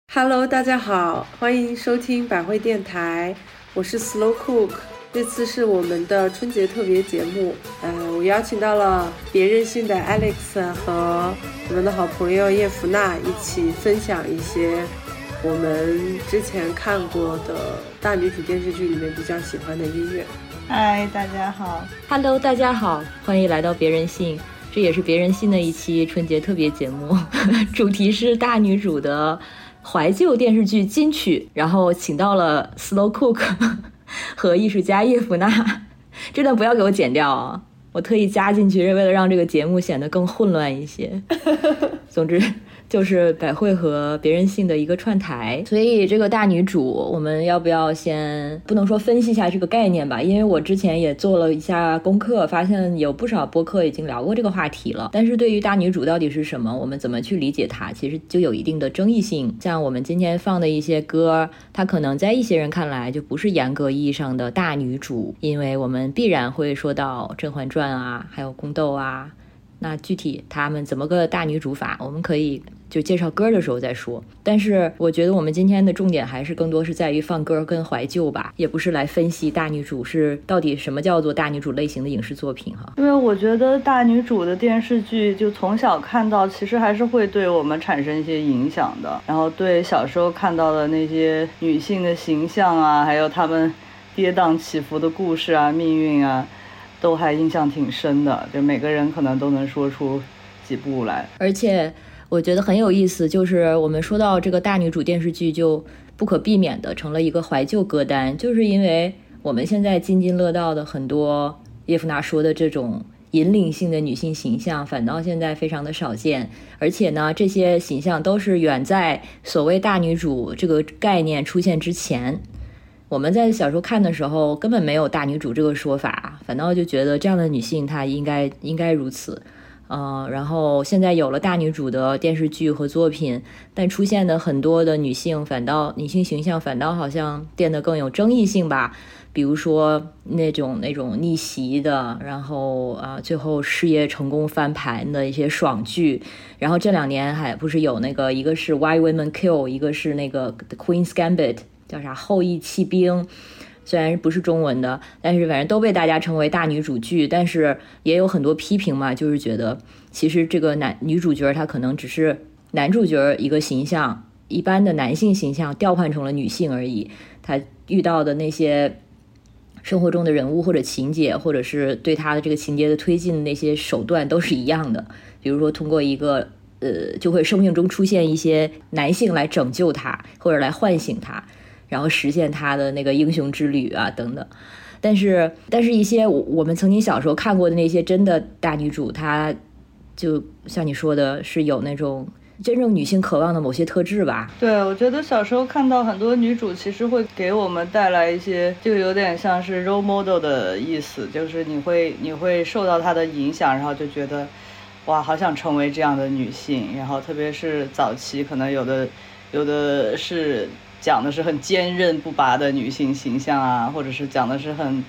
Hello，大家好，欢迎收听百汇电台，我是 Slow Cook。这次是我们的春节特别节目，我邀请到了别任性的 Alex 和我们的好朋友叶芙娜一起分享一些我们之前看过的大女主电视剧里面比较喜欢的音乐。 嗨，大家好。 Hello， 大家好，欢迎来到别任性，这也是别任性的一期春节特别节目，主题是大女主的怀旧电视剧金曲，然后请到了 Slow Cook 和艺术家叶芙娜，这段不要给我剪掉啊，我特意加进去是为了让这个节目显得更混乱一些。总之就是百汇和别任性的一个串台，所以这个大女主我们要不要先不能说分析一下这个概念吧，因为我之前也做了一下功课，发现有不少播客已经聊过这个话题了，但是对于大女主到底是什么，我们怎么去理解它，其实就有一定的争议性。像我们今天放的一些歌，它可能在一些人看来就不是严格意义上的大女主，因为我们必然会说到甄嬛传啊，还有宫斗啊，那具体他们怎么个大女主法，我们可以就介绍歌的时候再说。但是我觉得我们今天的重点还是更多是在于放歌跟怀旧吧，也不是来分析大女主是到底什么叫做大女主类型的影视作品哈。 因为我觉得大女主的电视剧就从小看到，其实还是会对我们产生一些影响的，然后对小时候看到的那些女性的形象啊，还有她们跌宕起伏的故事啊、命运啊，都还印象挺深的，就每个人可能都能说出几部来。 而且我觉得很有意思，就是我们说到这个大女主电视剧，就不可避免的成了一个怀旧歌单，就是因为我们现在津津乐道的很多叶芙娜说的这种引领性的女性形象，反倒现在非常的少见。而且呢，这些形象都是远在所谓大女主这个概念出现之前。我们在小时候看的时候根本没有大女主这个说法，反倒就觉得这样的女性她应该如此。然后现在有了大女主的电视剧和作品，但出现的很多的女性形象反倒好像变得更有争议性吧。比如说那种逆袭的，然后最后事业成功翻盘的一些爽剧。然后这2年还不是有那个一个是 Why Women Kill， 一个是那个 The Queen's Gambit， 叫啥后羿弃兵。虽然不是中文的，但是反正都被大家称为大女主剧，但是也有很多批评嘛，就是觉得其实这个女主角她可能只是男主角一个形象，一般的男性形象调换成了女性而已，她遇到的那些生活中的人物或者情节，或者是对她的这个情节的推进的那些手段都是一样的，比如说通过一个就会生命中出现一些男性来拯救她，或者来唤醒她，然后实现他的那个英雄之旅啊等等。但是一些我们曾经小时候看过的那些真的大女主，她就像你说的是有那种真正女性渴望的某些特质吧。 对，我觉得小时候看到很多女主其实会给我们带来一些，就有点像是 role model 的意思，就是你会受到她的影响，然后就觉得哇好想成为这样的女性。然后特别是早期可能有的是讲的是很坚韧不拔的女性形象啊，或者是讲的是很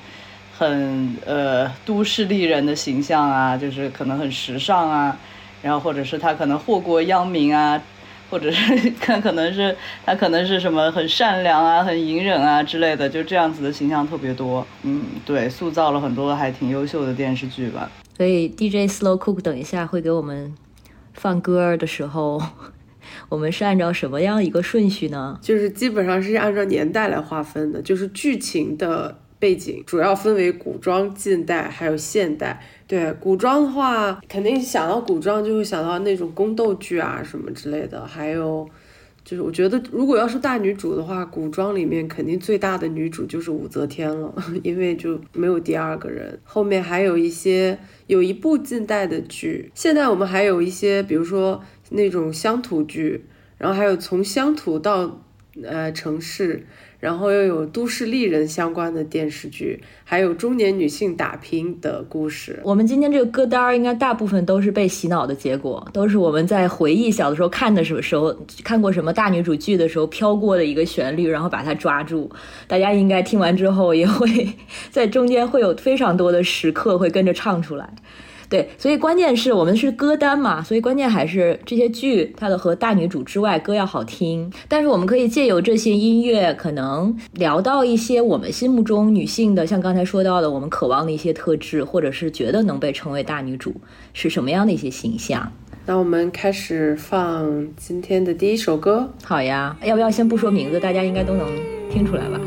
都市丽人的形象啊，就是可能很时尚啊，然后或者是她可能祸国殃民啊，或者是她可能是什么很善良啊、很隐忍啊之类的，就这样子的形象特别多。对，塑造了很多还挺优秀的电视剧吧。 所以 DJ Slow Cook 等一下会给我们放歌的时候，我们是按照什么样一个顺序呢？ 就是基本上是按照年代来划分的，就是剧情的背景主要分为古装、近代还有现代。对，古装的话肯定想到古装就会想到那种宫斗剧啊什么之类的，还有就是我觉得如果要是大女主的话，古装里面肯定最大的女主就是武则天了，因为就没有第二个人。后面还有一部近代的剧，现在我们还有一些比如说那种乡土剧，然后还有从乡土到城市，然后又有都市丽人相关的电视剧，还有中年女性打拼的故事。 我们今天这个歌单应该大部分都是被洗脑的结果，都是我们在回忆小的时候看过什么大女主剧的时候飘过的一个旋律，然后把它抓住。大家应该听完之后也会在中间会有非常多的时刻会跟着唱出来。 对，所以关键是我们是歌单嘛，所以关键还是这些剧它的和大女主之外歌要好听。但是我们可以借由这些音乐，可能聊到一些我们心目中女性的，像刚才说到的我们渴望的一些特质，或者是觉得能被称为大女主是什么样的一些形象。 那我们开始放今天的第一首歌。 好呀，要不要先不说名字，大家应该都能听出来吧。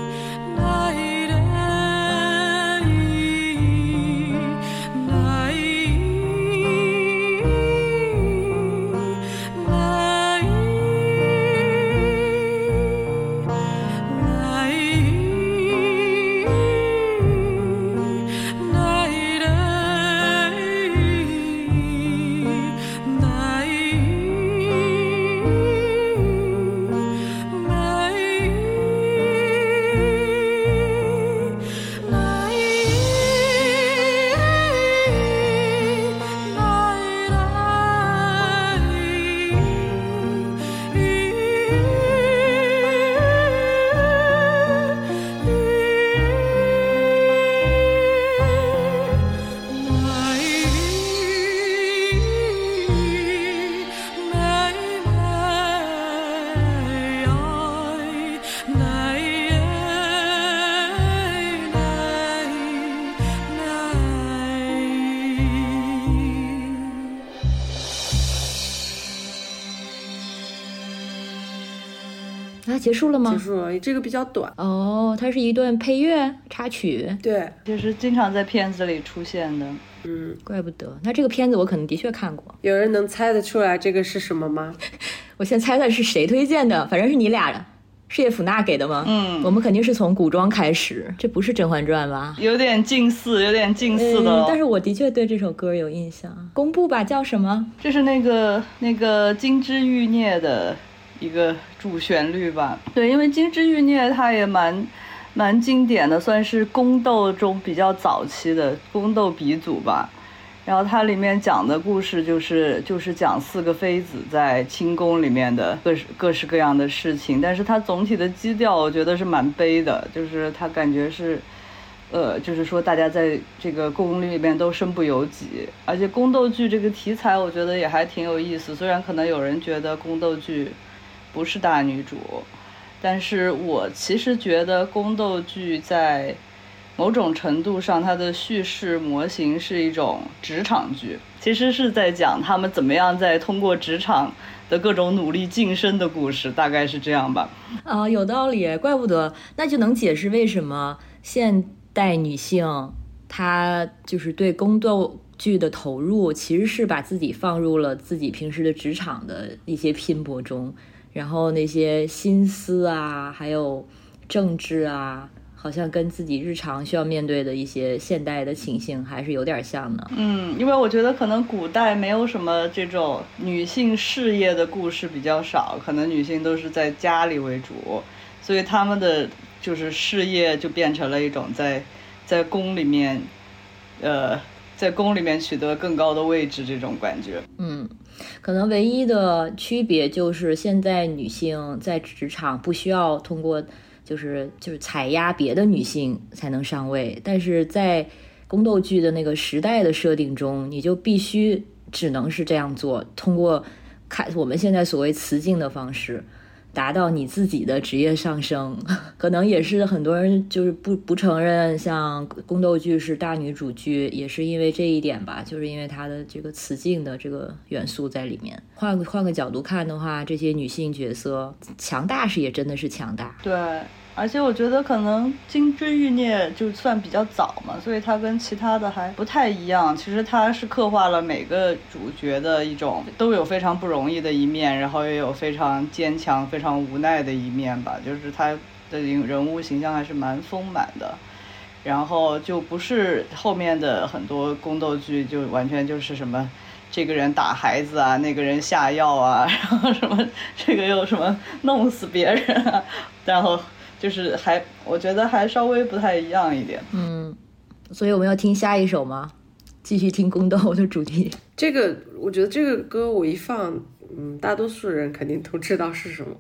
结束了吗？ 结束了，这个比较短哦。它是一段配乐插曲， 对， 就是经常在片子里出现的。 怪不得。那这个片子我可能的确看过。 有人能猜得出来这个是什么吗？ 我先猜猜是谁推荐的，反正是你俩，是叶甫娜给的吗？ 我们肯定是从古装开始，这不是《甄嬛传》吧？ 有点近似的但是我的确对这首歌有印象。公布吧，叫什么？ 这是那个金枝玉孽的一个主旋律吧。对，因为金枝玉孽它也蛮经典的，算是宫斗中比较早期的宫斗鼻祖吧。然后它里面讲的故事就是讲4个妃子在清宫里面的各式各样的事情，但是它总体的基调我觉得是蛮悲的，就是它感觉是就是说大家在这个宫里面都身不由己。而且宫斗剧这个题材我觉得也还挺有意思，虽然可能有人觉得宫斗剧不是大女主，但是我其实觉得宫斗剧在某种程度上它的叙事模型是一种职场剧，其实是在讲他们怎么样在通过职场的各种努力晋升的故事，大概是这样吧。 有道理，怪不得。那就能解释为什么现代女性她就是对宫斗剧的投入其实是把自己放入了自己平时的职场的一些拼搏中，然后那些心思啊还有政治啊好像跟自己日常需要面对的一些现代的情形还是有点像的。 因为我觉得可能古代没有什么这种女性事业的故事比较少，可能女性都是在家里为主，所以她们的就是事业就变成了一种在宫里面在宫里面取得更高的位置这种感觉。 可能唯一的区别就是现在女性在职场不需要通过就是采压别的女性才能上位，但是在宫斗剧的那个时代的设定中，你就必须只能是这样做，通过我们现在所谓雌竞的方式达到你自己的职业上升。可能也是很多人就是不承认像宫斗剧是大女主剧，也是因为这一点吧，就是因为它的这个雌竞的这个元素在里面。换个角度看的话，这些女性角色强大是也真的是强大。 对，而且我觉得可能金枝玉孽就算比较早嘛，所以它跟其他的还不太一样。其实它是刻画了每个主角的一种都有非常不容易的一面，然后也有非常坚强非常无奈的一面吧，就是它的人物形象还是蛮丰满的。然后就不是后面的很多宫斗剧就完全就是什么这个人打孩子啊，那个人下药啊，然后什么这个又什么弄死别人啊，然后就是我觉得还稍微不太一样一点。 所以我们要听下一首吗？继续听宫斗的主题。 这个我觉得这个歌我一放，大多数人肯定都知道是什么。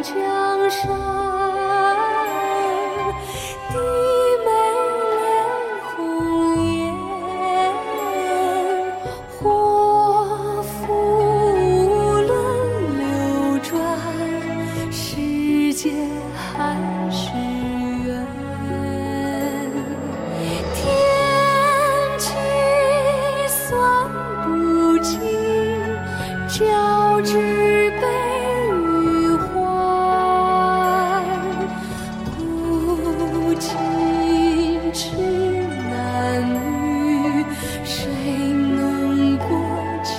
江山，低眉恋红颜，祸福轮流转，世间还是缘。天机算不尽，交织悲与欢，古今痴男女，谁能过情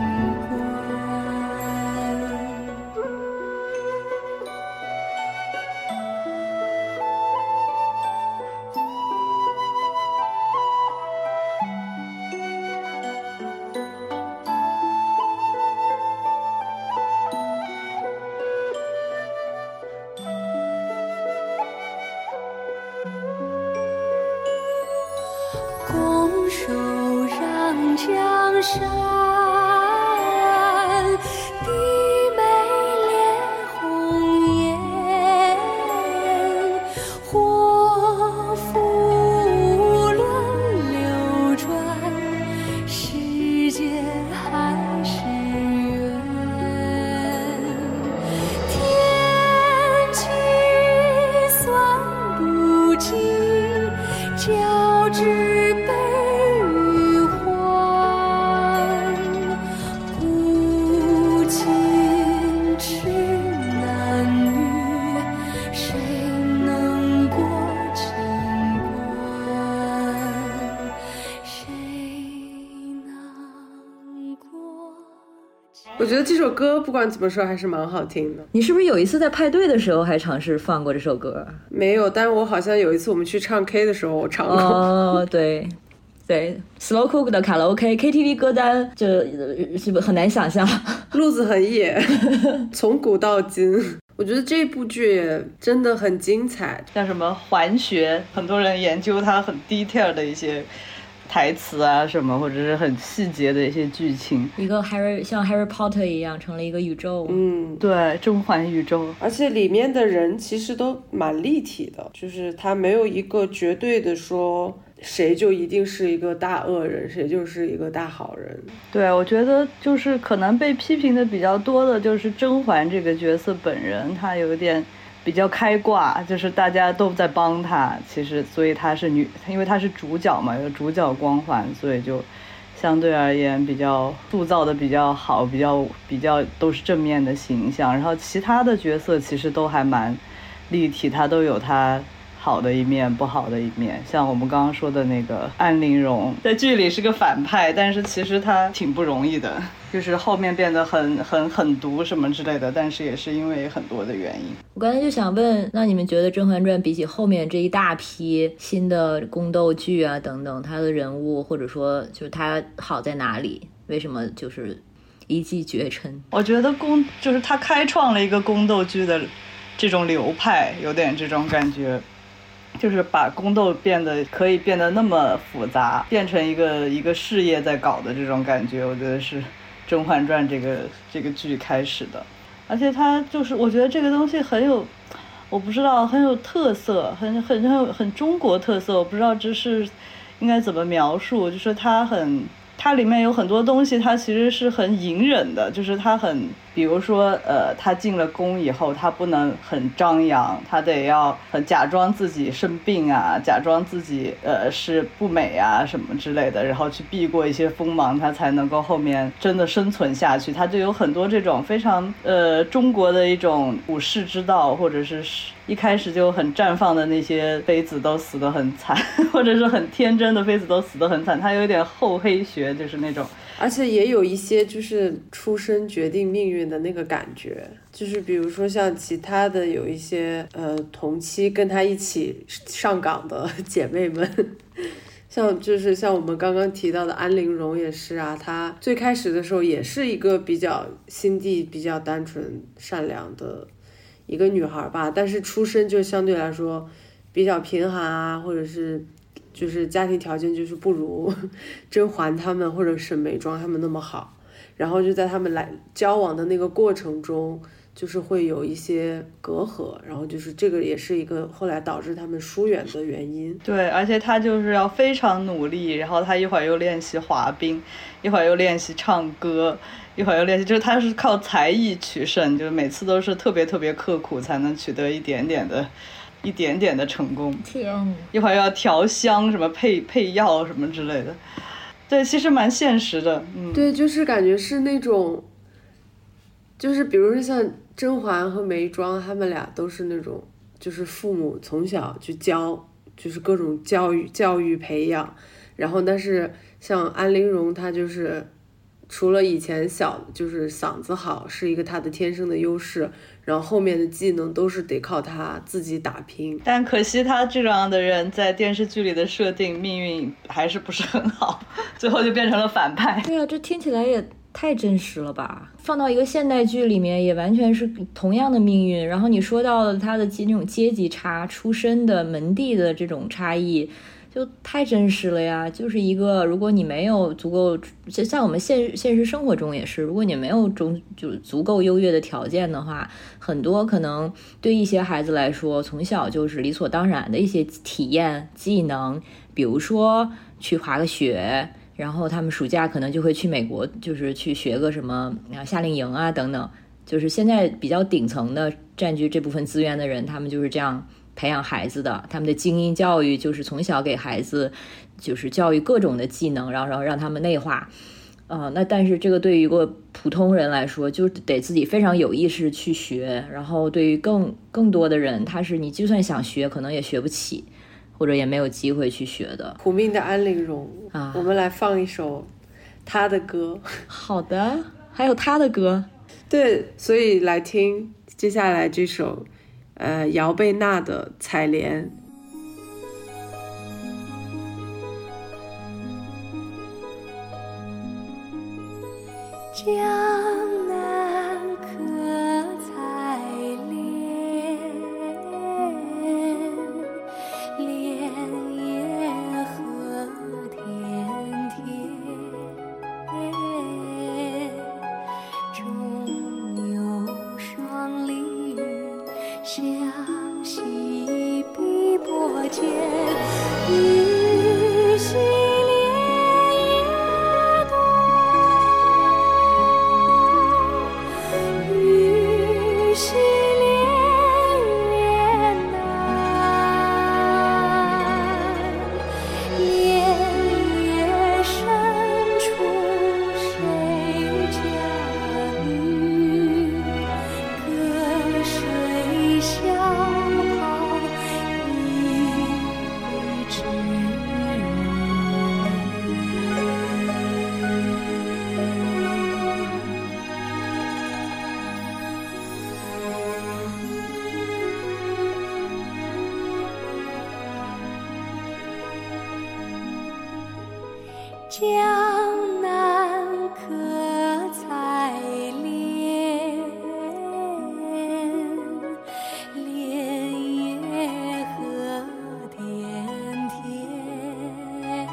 关？拱手让江山，低眉恋红颜，祸福轮流转，世间还是缘。天机算不尽，交织悲与欢，古今痴男女，谁能过情关？谁能过情我觉得这首歌不管怎么说还是蛮好听的。 你是不是有一次在派对的时候还尝试放过这首歌？ 没有，但是我好像有一次我们去唱 K 的时候我唱过。 哦，对对 ，Slow Cook 的卡拉 OK KTV 歌单就是很难想象， 路子很野，从古到今。我觉得这部剧也真的很精彩。 像什么环学，很多人研究它很 detail 的一些台词啊什么，或者是很细节的一些剧情。 一个像 Harry Potter 一样成了一个宇宙。 对，中环宇宙。 而且里面的人其实都蛮立体的，就是他没有一个绝对的说谁就一定是一个大恶人，谁就是一个大好人。 对，我觉得就是可能被批评的比较多的就是甄嬛这个角色本人，她有点比较开挂，就是大家都在帮她，其实所以她是因为她是主角嘛，有主角光环，所以就相对而言比较塑造的比较好，比较都是正面的形象。然后其他的角色其实都还蛮立体，她都有她好的一面不好的一面。像我们刚刚说的那个安陵容，在剧里是个反派，但是其实她挺不容易的，就是后面变得很毒什么之类的，但是也是因为很多的原因。 我刚才就想问，那你们觉得《甄嬛传》比起后面这一大批新的宫斗剧啊等等，它的人物或者说就是它好在哪里？为什么就是一骑绝尘？ 我觉得就是他开创了一个宫斗剧的这种流派，有点这种感觉。就是把宫斗可以变得那么复杂，变成一个事业在搞的这种感觉，我觉得是《甄嬛传》这个剧开始的。而且它就是我觉得这个东西很有，我不知道很有特色，很中国特色，我不知道这是应该怎么描述，就是它里面有很多东西，它其实是很隐忍的，就是它比如说他进了宫以后，他不能很张扬，他得要很假装自己生病啊，假装自己是不美啊什么之类的，然后去避过一些锋芒，他才能够后面真的生存下去。他就有很多这种非常中国的一种武士之道，或者是一开始就很绽放的那些妃子都死得很惨，或者是很天真的妃子都死得很惨，他有点厚黑学，就是那种。 而且也有一些就是出生决定命运的那个感觉，就是比如说像其他的有一些同期跟他一起上岗的姐妹们，像我们刚刚提到的安陵容也是啊，她最开始的时候也是一个比较心地比较单纯善良的一个女孩吧，但是出身就相对来说比较贫寒啊，或者是就是家庭条件就是不如甄嬛他们或者沈眉庄他们那么好，然后就在他们来交往的那个过程中， 就是会有一些隔阂，然后就是这个也是一个后来导致他们疏远的原因。 对，而且他就是要非常努力，然后他一会儿又练习滑冰，一会儿又练习唱歌，一会儿又练习，就是他是靠才艺取胜，就是每次都是特别特别刻苦才能取得一点点的成功。一会儿要调香什么配药什么之类的。对，其实蛮现实的。 对，就是感觉是那种，就是比如说像甄嬛和眉庄，他们俩都是那种，就是父母从小就教，就是各种教育培养，然后但是像安陵容，她就是除了以前就是嗓子好是一个她的天生的优势，然后后面的技能都是得靠她自己打拼。 但可惜她这样的人在电视剧里的设定命运还是不是很好，最后就变成了反派。 对啊，这听起来也太真实了吧，放到一个现代剧里面也完全是同样的命运。然后你说到了他的那种阶级差、出身的门第的这种差异，就太真实了呀。就是一个，如果你没有足够，像我们现实生活中也是，如果你没有就足够优越的条件的话，很多可能对一些孩子来说，从小就是理所当然的一些体验技能，比如说去滑个雪，然后他们暑假可能就会去美国，就是去学个什么夏令营啊等等。就是现在比较顶层的占据这部分资源的人，他们就是这样培养孩子的。他们的精英教育就是从小给孩子就是教育各种的技能，然后让他们内化。那但是这个对于一个普通人来说，就得自己非常有意识去学。然后对于更多的人，他是你就算想学，可能也学不起，或者也没有机会去学的。 苦命的安陵容啊，我们来放一首他的歌。 好的，还有他的歌。 对，所以来听接下来这首姚贝娜的《采莲》。 江南可采莲，莲叶何田田，中有双鲤鱼，相戏碧波间，鱼戏江南可采莲，莲叶何田田，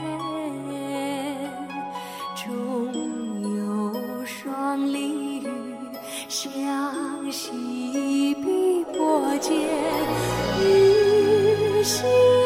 中有双鲤鱼，相戏碧波间，鱼戏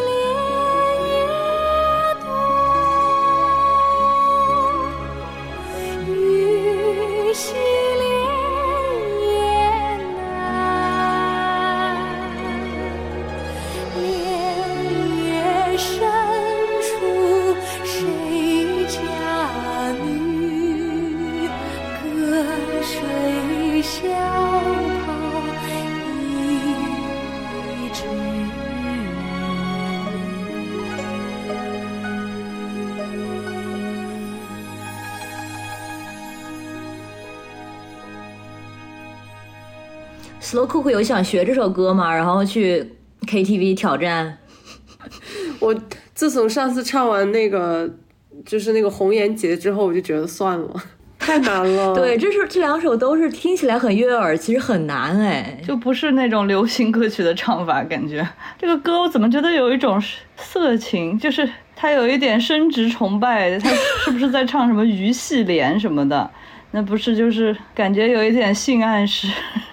Slow Cook 有想学这首歌吗？然后去 KTV 挑战。 我自从上次唱完那个就是那个红颜劫之后，我就觉得算了，太难了。 对，这两首都是听起来很悦耳，其实很难哎， 就不是那种流行歌曲的唱法，感觉这个歌我怎么觉得有一种色情，就是它有一点生殖崇拜，它是不是在唱什么鱼戏莲什么的？那不是就是感觉有一点性暗示。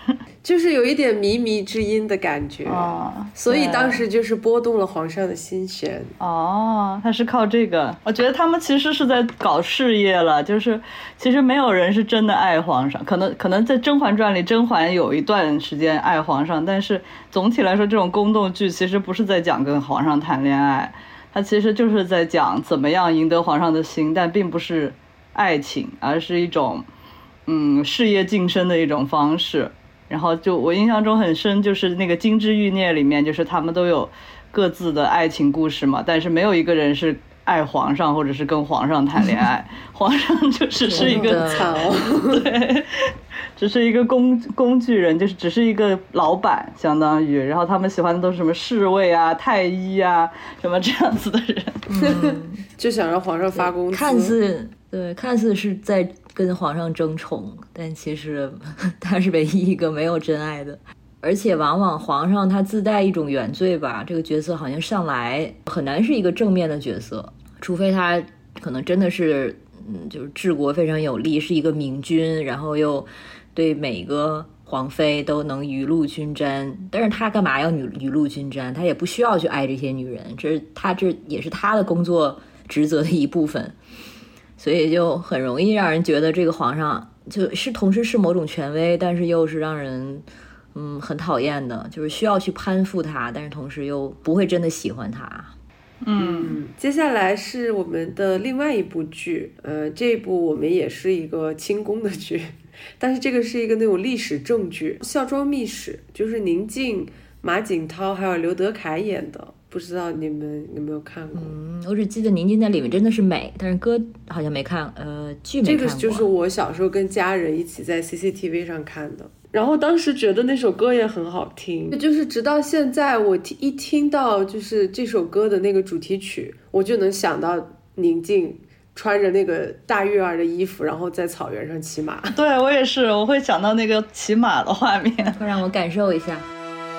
就是有一点靡靡之音的感觉，所以当时就是拨动了皇上的心弦。 他是靠这个，我觉得他们其实是在搞事业了，就是其实没有人是真的爱皇上，可能在《甄嬛传》里，甄嬛有一段时间爱皇上，但是总体来说，这种宫斗剧其实不是在讲跟皇上谈恋爱，它其实就是在讲怎么样赢得皇上的心，但并不是爱情，而是一种事业晋升的一种方式。然后就我印象中很深，就是那个《金枝欲孽》里面，就是他们都有各自的爱情故事嘛，但是没有一个人是爱皇上或者是跟皇上谈恋爱，皇上就只是一个对，只是一个工具人，就是只是一个老板相当于，然后他们喜欢的都是什么侍卫啊、太医啊什么这样子的人， 就想让皇上发工资， 看似是在跟皇上争宠，但其实他是唯一一个没有真爱的。而且往往皇上他自带一种原罪吧，这个角色好像上来很难是一个正面的角色，除非他可能真的是就是治国非常有力，是一个明君，然后又对每个皇妃都能雨露均沾。但是他干嘛要雨露均沾？他也不需要去爱这些女人，这也是他的工作职责的一部分，所以就很容易让人觉得这个皇上就是同时是某种权威，但是又是让人很讨厌的，就是需要去攀附他，但是同时又不会真的喜欢他。 接下来是我们的另外一部剧，这一部我们也是一个清宫的剧，但是这个是一个那种历史正剧，《孝庄秘史》，就是宁静、马景涛还有刘德凯演的，不知道你们有没有看过？ 我只记得宁静在里面真的是美，但是歌好像没看，剧没看过。 这个就是我小时候跟家人一起在 CCTV 上看的。然后当时觉得那首歌也很好听，就是直到现在我一听到就是这首歌的那个主题曲，我就能想到宁静穿着那个大月儿的衣服，然后在草原上骑马。 对，我也是，我会想到那个骑马的画面， 快让我感受一下。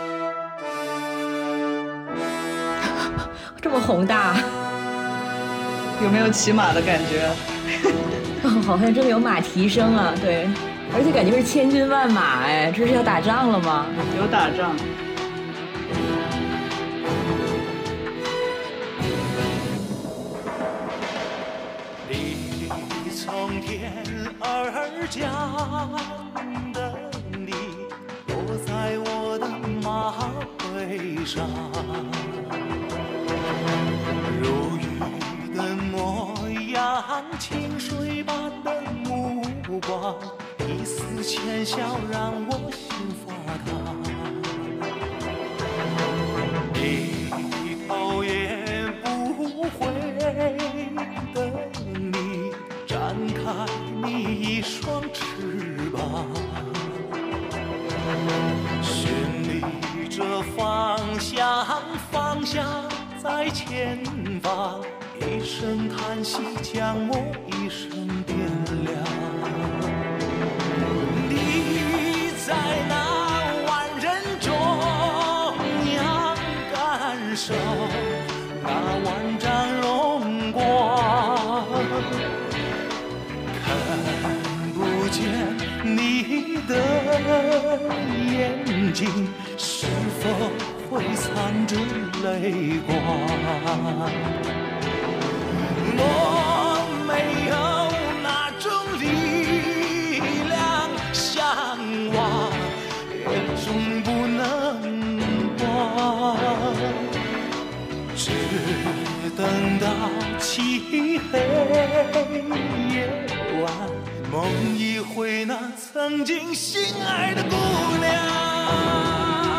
这么宏大， 有没有骑马的感觉？ 好像真的有马蹄声啊，对。而且感觉是千军万马，哎，这是要打仗了吗？ 有打仗。 你从天而降的你，落在我的马背上，如雨的模样，清水般的目光，一丝浅笑让我心发烫，低头也不回的你，展开你一双翅膀，寻觅着方向，方向在前方，一声叹息将我一生点亮。在那万人中央感受那万丈荣光，看不见你的眼睛，是否会藏着泪光？我没有那种力量向往，也终不能忘，只等到漆黑夜晚，梦一回那曾经心爱的姑娘。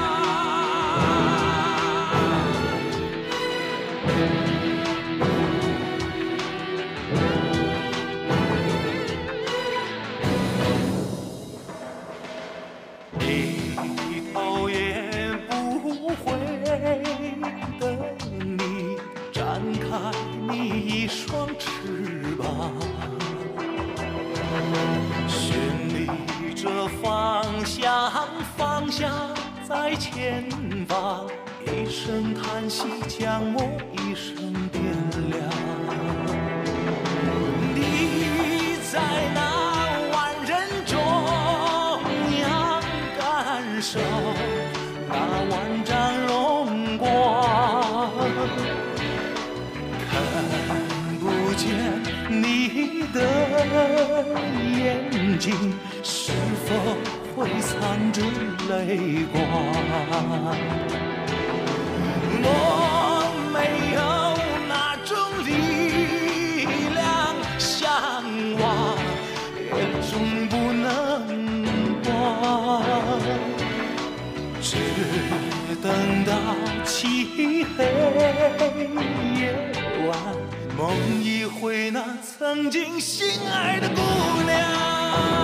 一双翅膀，寻觅着方向，方向在前方，一声叹息将我一生点亮。你在那万人中央感受眼睛是否会藏着泪光？我没有那种力量，向往也终不能忘，只等到漆黑夜晚，梦一回那曾经心爱的姑娘。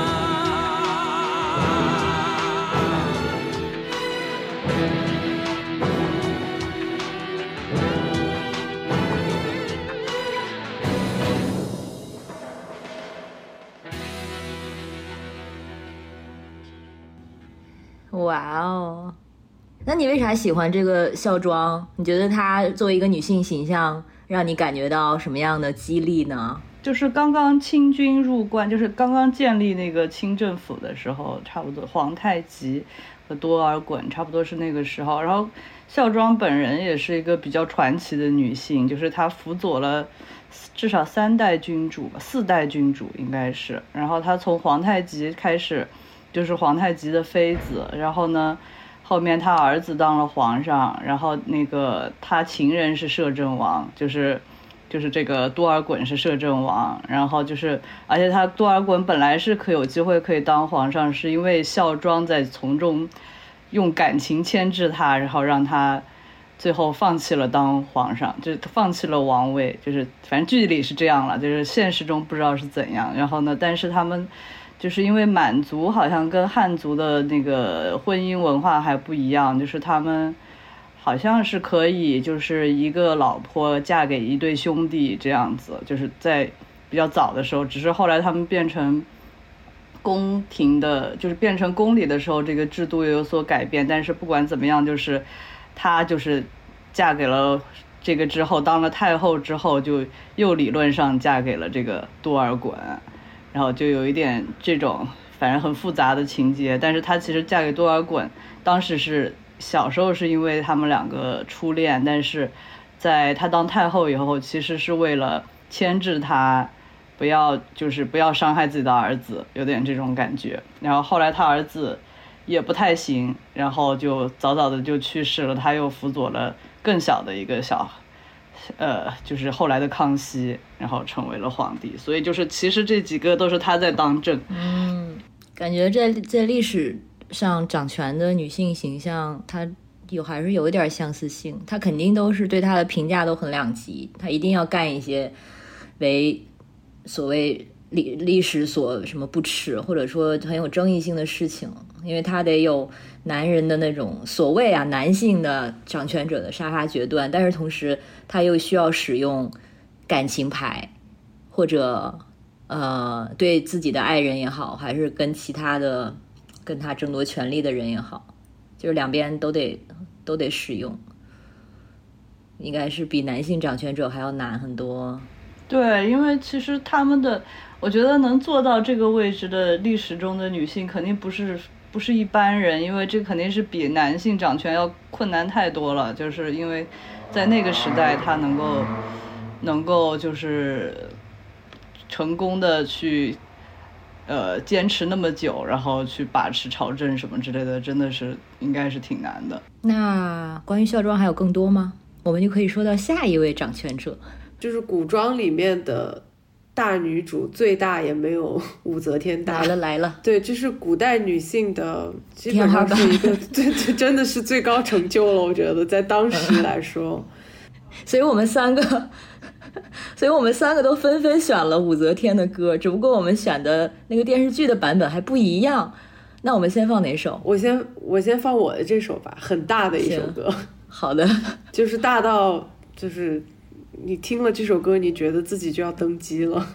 哇哦，那你为啥喜欢这个孝庄？你觉得她作为一个女性形象，让你感觉到什么样的激励呢？ 就是刚刚清军入关，就是刚刚建立那个清政府的时候，差不多皇太极和多尔衮差不多是那个时候。然后孝庄本人也是一个比较传奇的女性，就是她辅佐了至少3代君主吧，4代君主应该是。然后她从皇太极开始就是皇太极的妃子，然后呢后面他儿子当了皇上，然后那个他情人是摄政王，就是这个多尔衮是摄政王，然后就是而且他多尔衮本来是有机会可以当皇上，是因为孝庄在从中用感情牵制他，然后让他最后放弃了当皇上，就放弃了王位，就是反正剧里是这样了，就是现实中不知道是怎样。然后呢，但是他们就是因为满族好像跟汉族的那个婚姻文化还不一样，就是他们好像是可以就是一个老婆嫁给一对兄弟这样子，就是在比较早的时候，只是后来他们变成宫廷的，就是变成宫里的时候，这个制度也有所改变。但是不管怎么样，就是她就是嫁给了这个之后，当了太后之后，就又理论上嫁给了这个多尔衮，然后就有一点这种反正很复杂的情节。但是她其实嫁给多尔衮，当时是小时候是因为他们两个初恋，但是在她当太后以后，其实是为了牵制她不要伤害自己的儿子，有点这种感觉。然后后来他儿子也不太行，然后就早早的就去世了，他又辅佐了更小的一个就是后来的康熙，然后成为了皇帝。所以就是其实这几个都是他在当政。 感觉在历史上掌权的女性形象，她还是有一点相似性。她肯定都是对她的评价都很两极，她一定要干一些为所谓历史所什么不耻，或者说很有争议性的事情，因为她得有男人的那种所谓男性的掌权者的杀伐决断，但是同时她又需要使用感情牌，或者对自己的爱人也好，还是跟其他的跟他争夺权力的人也好，就是两边都得使用，应该是比男性掌权者还要难很多。 对，因为其实他们的，我觉得能做到这个位置的历史中的女性肯定不是一般人，因为这肯定是比男性掌权要困难太多了。就是因为在那个时代，她能够就是成功的去坚持那么久，然后去把持朝政什么之类的，真的是应该是挺难的。 那关于孝庄还有更多吗？我们就可以说到下一位掌权者， 就是古装里面的大女主，最大也没有武则天大。 来了， 对，这是古代女性的基本上是一个这真的是最高成就了，我觉得在当时来说。 所以我们三个都纷纷选了武则天的歌，只不过我们选的那个电视剧的版本还不一样。那我们先放哪首？ 我先放我的这首吧，很大的一首歌。 好的， 就是大到就是你听了这首歌，你觉得自己就要登基了。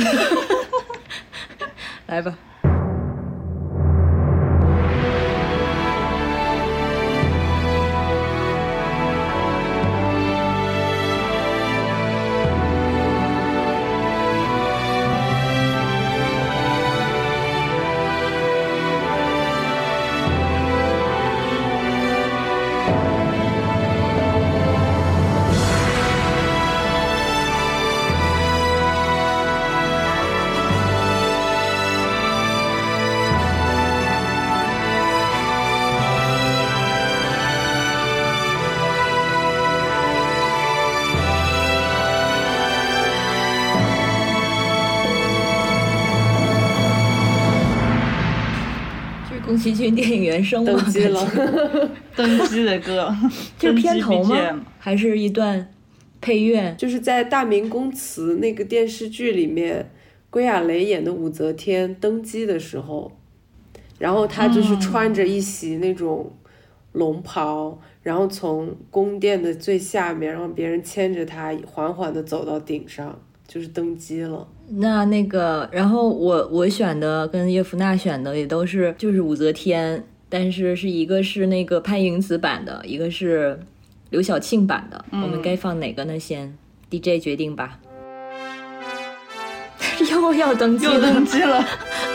来吧。 宫崎骏电影原声吗？ 登基了， 登基的歌， 这是片头吗？ BGM 还是一段配乐？ 就是在《大明宫词》那个电视剧里面，归亚蕾演的武则天登基的时候，然后她就是穿着一袭那种龙袍，然后从宫殿的最下面，让别人牵着她缓缓地走到顶上，就是登基了。 那个，然后我选的跟叶芙娜选的也都是就是武则天，但是一个是那个潘迎紫版的，一个是刘晓庆版的，我们该放哪个呢？先 DJ 决定吧。又要登基了， 又登基了。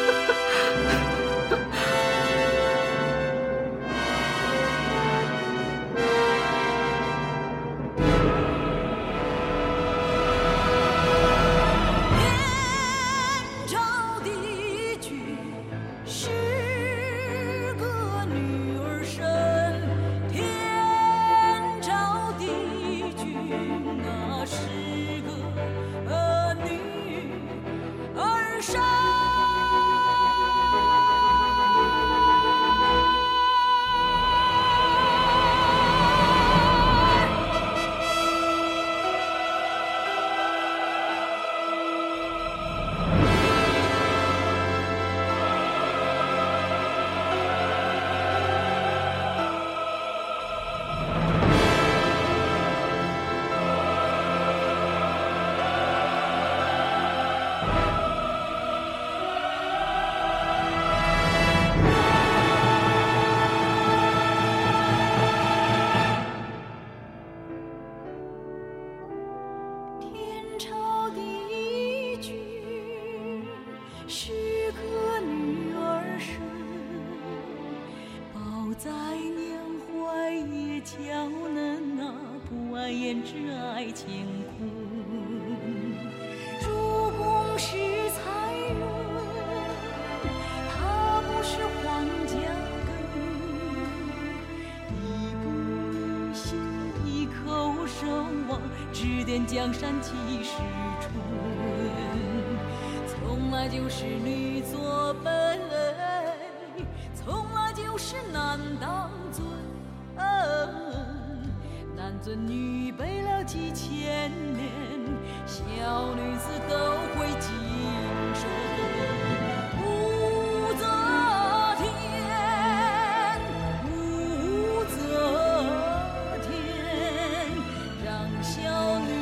江山气势纯，从来就是女作本，从来就是男当尊，男尊女卑了几千年，小女子都会谨慎。武则天，武则天，让小女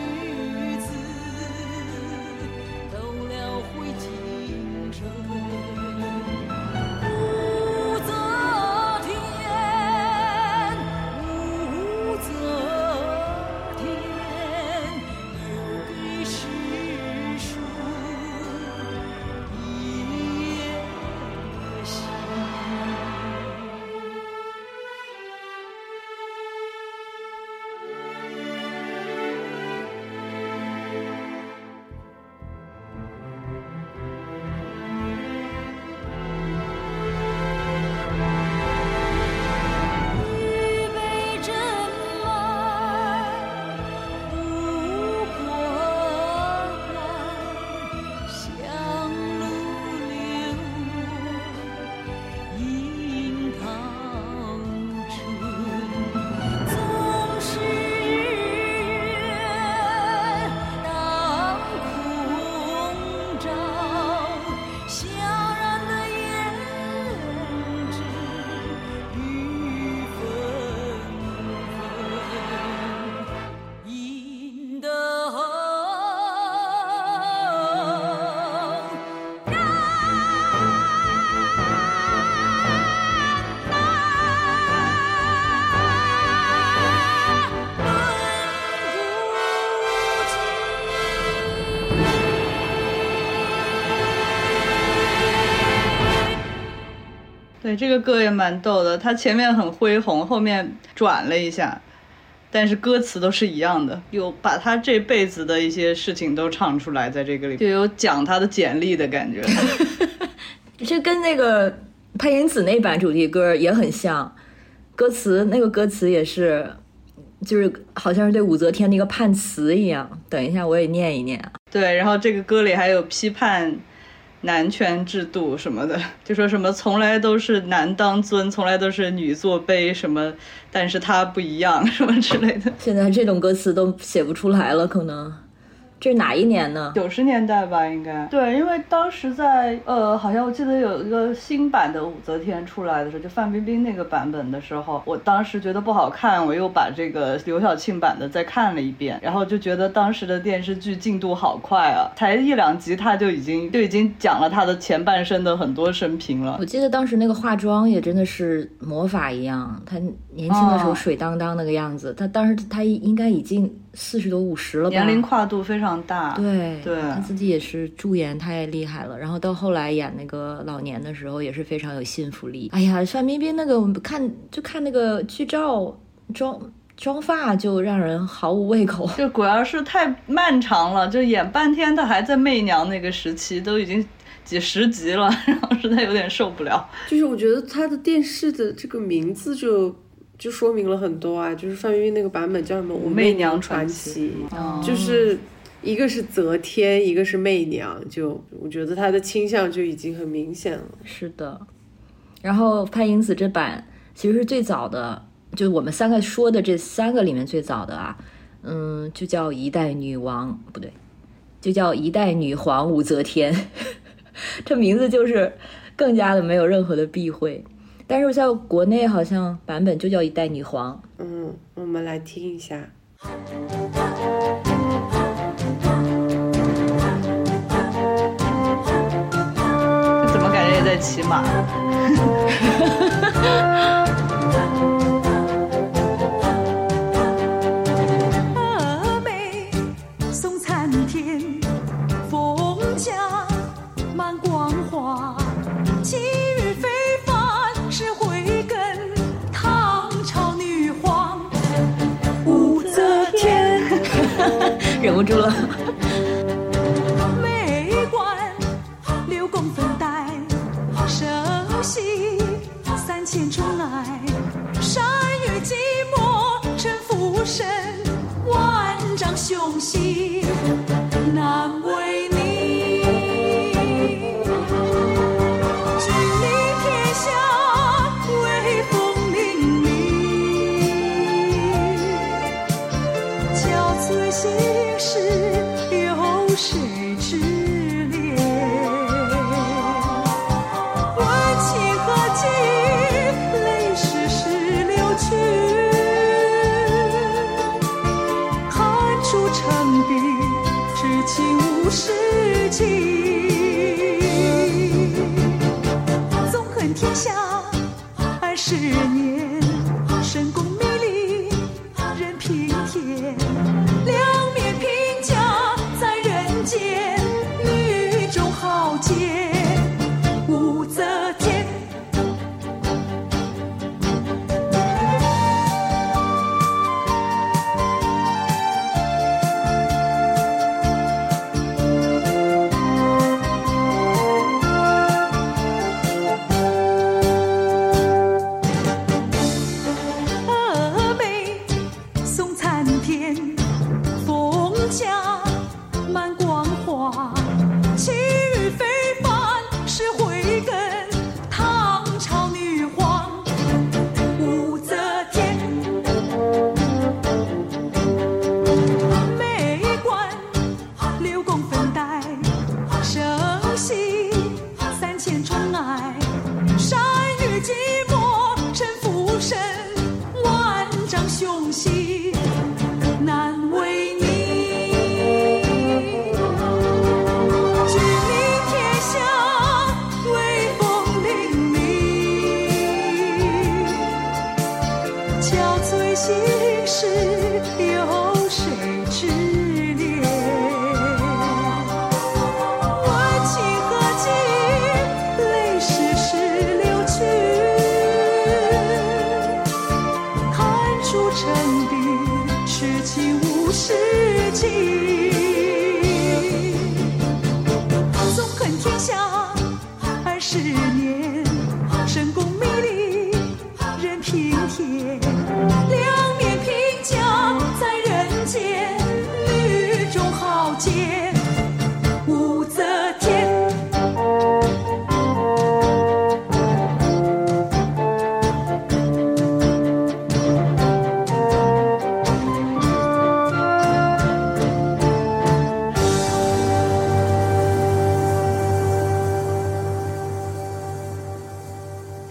对，这个歌也蛮逗的，它前面很恢宏，后面转了一下，但是歌词都是一样的，有把他这辈子的一些事情都唱出来，在这个里就有讲他的简历的感觉。 这跟那个潘迎紫那版主题歌也很像，歌词那个歌词也是，就是好像是对武则天的一个判词一样。等一下我也念一念啊。 对，然后这个歌里还有批判男权制度什么的，就说什么从来都是男当尊，从来都是女作卑什么，但是他不一样什么之类的。 现在这种歌词都写不出来了，可能。这是哪一年呢 ？90年代吧，应该。对，因为当时在好像我记得有一个新版的武则天出来的时候，就范冰冰那个版本的时候，我当时觉得不好看，我又把这个刘晓庆版的再看了一遍，然后就觉得当时的电视剧进度好快啊，才1-2集他就已经讲了他的前半生的很多生平了。 我记得当时那个化妆也真的是魔法一样，他年轻的时候水当当那个样子，他当时他应该已经40多50了吧， 年龄跨度非常大。 对，他自己也是驻颜太厉害了，然后到后来演那个老年的时候也是非常有信服力。哎呀，范冰冰那个我们看那个剧照妆发就让人毫无胃口， 就果然是太漫长了，就演半天她还在媚娘那个时期，都已经几十集了，然后实在有点受不了。 就是我觉得她的电视的这个名字就说明了很多啊，就是范冰冰那个版本叫什么《武媚娘传奇》，就是一个是则天，一个是媚娘，就我觉得她的倾向就已经很明显了。 是的，然后潘迎紫这版其实是最早的，就我们3个说的这3个里面最早的啊，就叫一代女王，不对，就叫一代女皇武则天，这名字就是更加的没有任何的避讳。但是在国内好像版本就叫一代女皇。 我们来听一下。 怎么感觉也在骑马？ 峨眉送参天，风甲满光华，气宇非凡是慧根，唐朝女皇武则天。 忍不住了。 眉冠6公分带，手系3000重来，善于寂寞沉浮生，万丈雄心难为你。君临天下威风凛凛，憔悴心事有谁知怜？问情何寄，泪湿时流去，看出成笔，知情无实情。纵横天下20年，深宫迷离任凭天，两面评价在人间，女中豪杰武则天。峨眉送参天，风甲满光华，气宇非凡是慧根，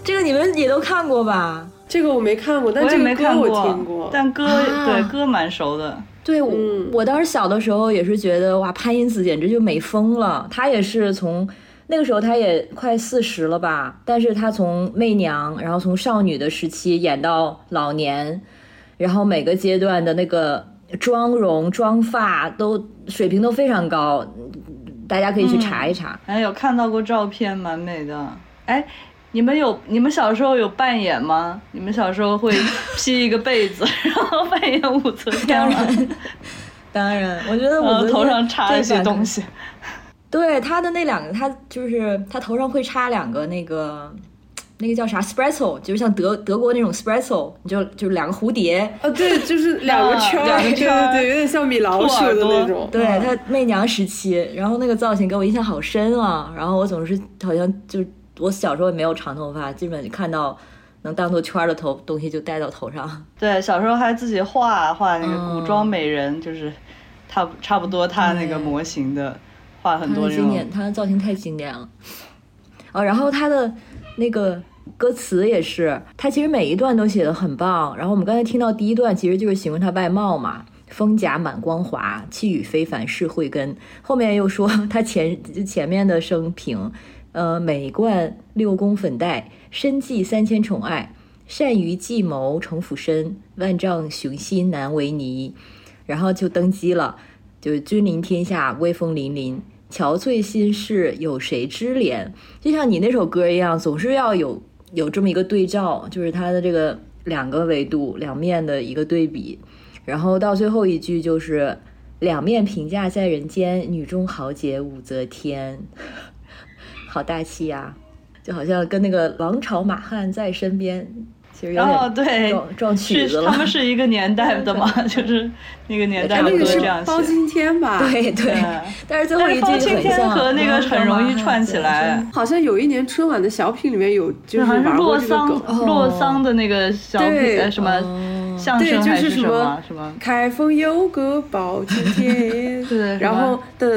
这个你们也都看过吧？ 这个我没看过，但我也这个歌我没看过， 听过。 但歌、对歌蛮熟的。 对，我当时小的时候也是觉得哇，潘迎紫简直就美疯了。她也是从那个时候，她也快40了吧，但是她从媚娘，然后从少女的时期演到老年，然后每个阶段的那个妆容、妆发都水平都非常高，大家可以去查一查。 哎，有看到过照片，蛮美的。哎，你们小时候有扮演吗？你们小时候会披一个被子，然后扮演武则天吗？ 当然，我觉得武则天头上插一些东西。 对，他的那两个，他就是他头上会插两个那个叫啥 Spresso， 就是像德国那种 Spresso， 就是两个蝴蝶。 对，就是两个圈儿，对，有点像米老鼠的那种。 对，他媚娘时期，然后那个造型给我印象好深啊。然后我总是好像就我小时候也没有长头发，基本看到能当做圈的东西就戴到头上。 对，小时候还自己画那个古装美人，就是差不多他那个模型的。画很多经典，他的造型太经典了。然后他的那个歌词也是，他其实每一段都写得很棒。然后我们刚才听到第一段，其实就是形容他外貌嘛，风甲满光华，气宇非凡是慧根。后面又说他前面的生平，美冠6宫粉黛，身骑3000宠爱，善于计谋城府深，万丈雄心难为泥。然后就登基了，就君临天下，威风凛凛。憔悴心事有谁知怜，就像你那首歌一样，总是要有这么一个对照，就是它的这个两个维度两面的一个对比。然后到最后一句就是两面评价在人间，女中豪杰武则天。好大气呀，就好像跟那个狼朝马汉在身边，其实有点撞曲子了。 他们是一个年代的嘛，就是那个年代的歌这样写。 包青天吧， 对，但是最后一句包青天和那个很容易串起来。 好像有一年春晚的小品里面有就是玩过这个梗， 洛桑的那个小品什么相声还是什么开封有个包青天， 对， 然后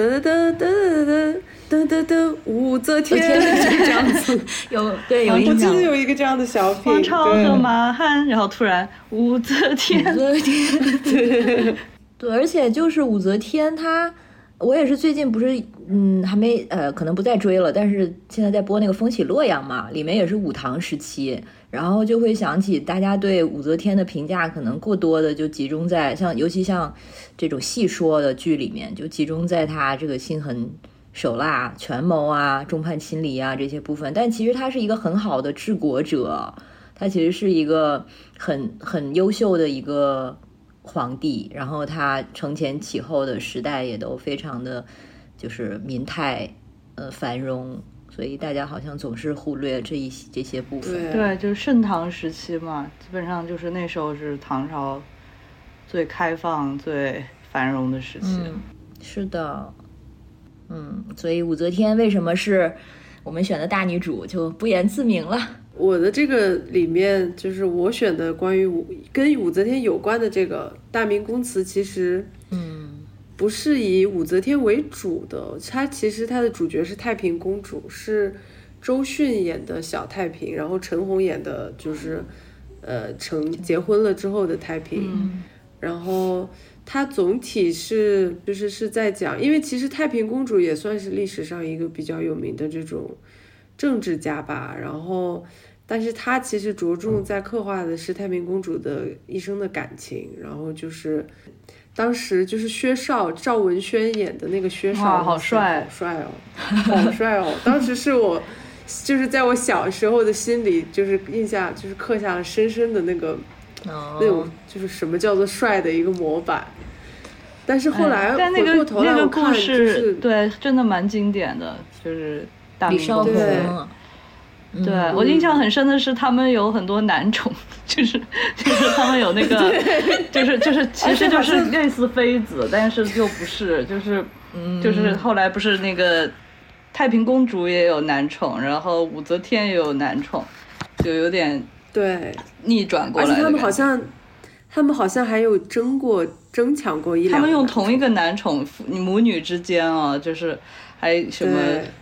武则天就这样子， 有我记得有一个这样的小品， 王朝和马汉，然后突然武则天， 对，而且就是武则天我也是最近不是还没可能不再追了，但是现在在播那个《风起洛阳》嘛，里面也是武唐时期，然后就会想起大家对武则天的评价可能过多的就集中在尤其像这种戏说的剧里面，就集中在她这个心狠手辣、权谋啊、众叛亲离啊这些部分，但其实他是一个很好的治国者，他其实是一个很优秀的一个皇帝，然后他承前启后的时代也都非常的就是民泰繁荣，所以大家好像总是忽略这些部分。 对，就是盛唐时期嘛，基本上就是那时候是唐朝最开放、最繁荣的时期。 是的。所以武则天为什么是我们选的大女主就不言自明了。 我的这个里面就是我选的关于跟武则天有关的这个大明宫词，其实不是以武则天为主的，其实它的主角是太平公主，是周迅演的小太平，然后陈红演的就是结婚了之后的太平。然后它总体是在讲，因为其实太平公主也算是历史上一个比较有名的这种政治家吧，然后但是她其实着重在刻画的是太平公主的一生的感情，然后就是当时就是赵文轩演的那个薛少， 好帅哦当时是我就是在我小时候的心里就是印象就是刻下了深深的那种就是什么叫做帅的一个模板。但是后来回过头来我看，就是对，真的蛮经典的，就是大明宫。对，我印象很深的是他们有很多男宠，就是他们有那个就是其实就是类似妃子，但是就不是，就是后来不是那个太平公主也有男宠，然后武则天也有男宠，就有点对逆转过来的感觉。 而且他们好像还有争抢过一两个， 他们用同一个男宠母女之间啊，就是还什么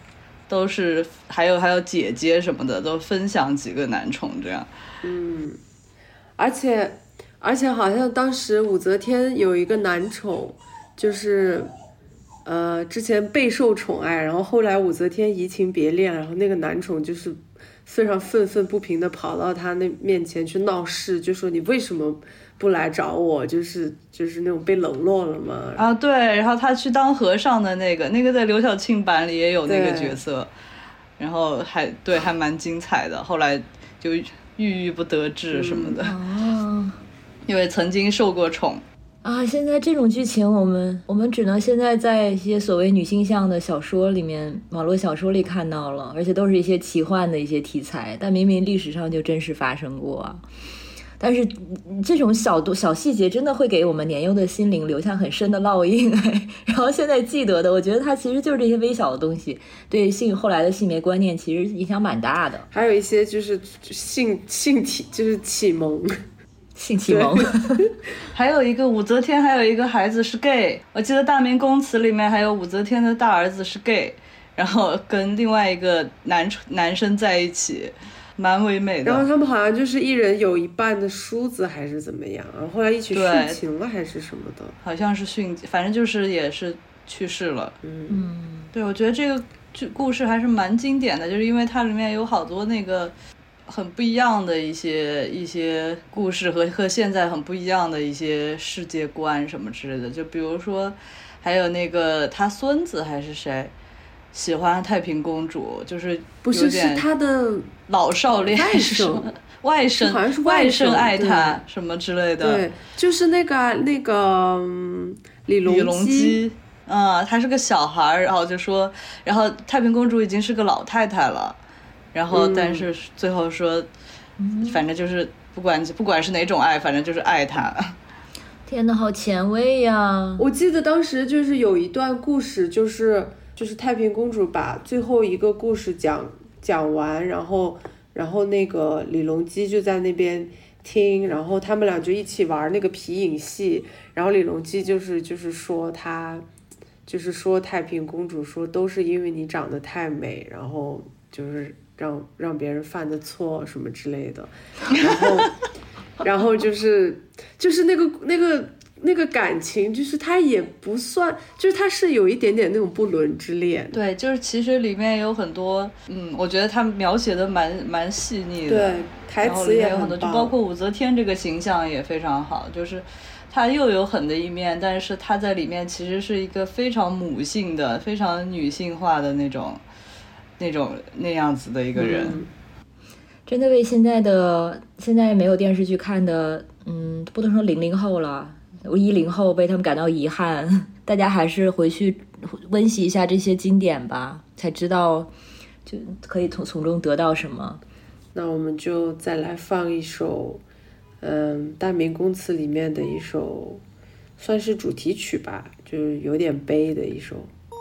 都是还有姐姐什么的，都分享几个男宠这样。 而且好像当时武则天有一个男宠，就是之前备受宠爱，然后后来武则天移情别恋，然后那个男宠就是非常愤愤不平的跑到他那面前去闹事，就说你为什么不来找我，就是那种被冷落了嘛。 啊，对，然后他去当和尚的那个在刘晓庆版里也有那个角色，然后还蛮精彩的，后来就郁郁不得志什么的，因为曾经受过宠啊。现在这种剧情我们只能现在在一些所谓女性向的小说里面，网络小说里看到了，而且都是一些奇幻的一些题材，但明明历史上就真实发生过啊。但是这种小细节真的会给我们年幼的心灵留下很深的烙印然后现在记得的，我觉得它其实就是这些微小的东西，对后来的性别观念其实影响蛮大的。 还有一些就是性体就是启蒙， 性启蒙还有一个武则天还有一个孩子是 gay， 我记得《大明宫词》里面还有武则天的大儿子是 gay， 然后跟另外一个男生在一起，蛮唯美的。 然后他们好像就是一人有一半的梳子还是怎么样，然后后来一起殉情了还是什么的， 好像是反正就是也是去世了。对，我觉得这个故事还是蛮经典的，就是因为它里面有好多那个很不一样的一些故事和现在很不一样的一些世界观什么之类的。就比如说还有那个他孙子还是谁喜欢太平公主，就是不是他的老少恋外甥爱他什么之类的。 对，就是那个李隆基， 他是个小孩，然后就说，然后太平公主已经是个老太太了，然后但是最后说，反正就是不管是哪种爱，反正就是爱他。 天哪，好前卫呀！ 我记得当时就是有一段故事，就是太平公主把最后一个故事讲完，然后那个李隆基就在那边听，然后他们俩就一起玩那个皮影戏，然后李隆基就是说太平公主说都是因为你长得太美，然后就是让别人犯的错什么之类的，然后就是那个感情，就是他也不算，就是他是有一点点那种不伦之恋。 对，就是其实里面有很多，我觉得他描写的蛮细腻的。 对，台词也很多，就包括武则天这个形象也非常好，就是他又有狠的一面，但是他在里面其实是一个非常母性的、非常女性化的那样子的一个人。 真的为现在没有电视剧看的，不能说00后了，10后为他们感到遗憾。大家还是回去温习一下这些经典吧，才知道就可以从中得到什么。 那我们就再来放一首大明宫词里面的一首算是主题曲吧，就是有点悲的一首。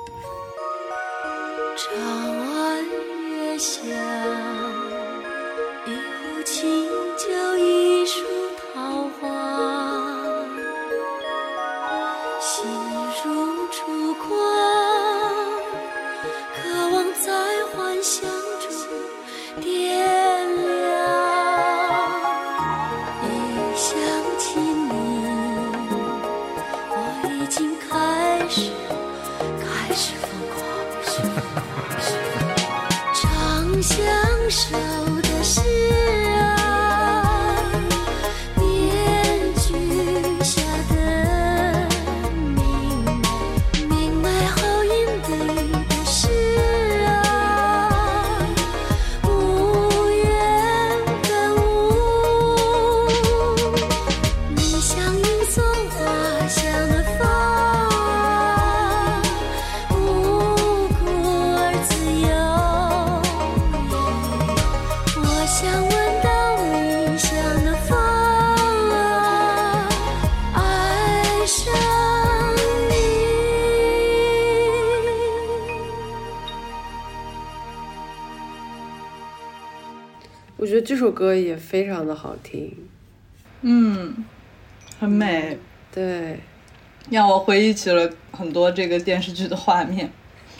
长安月下，一壶清酒，一树桃花，心如烛光，渴望在幻想中点亮。一想起你，我已经开始疯狂。常相守的是啊，面具下的明媚后隐蔽的是啊，无缘跟无，你像云送花香的风啊，无故而自由。我想闻到你香的风啊，爱上你。 我觉得这首歌也非常的好听， 很美， 对， 让我回忆起了很多这个电视剧的画面。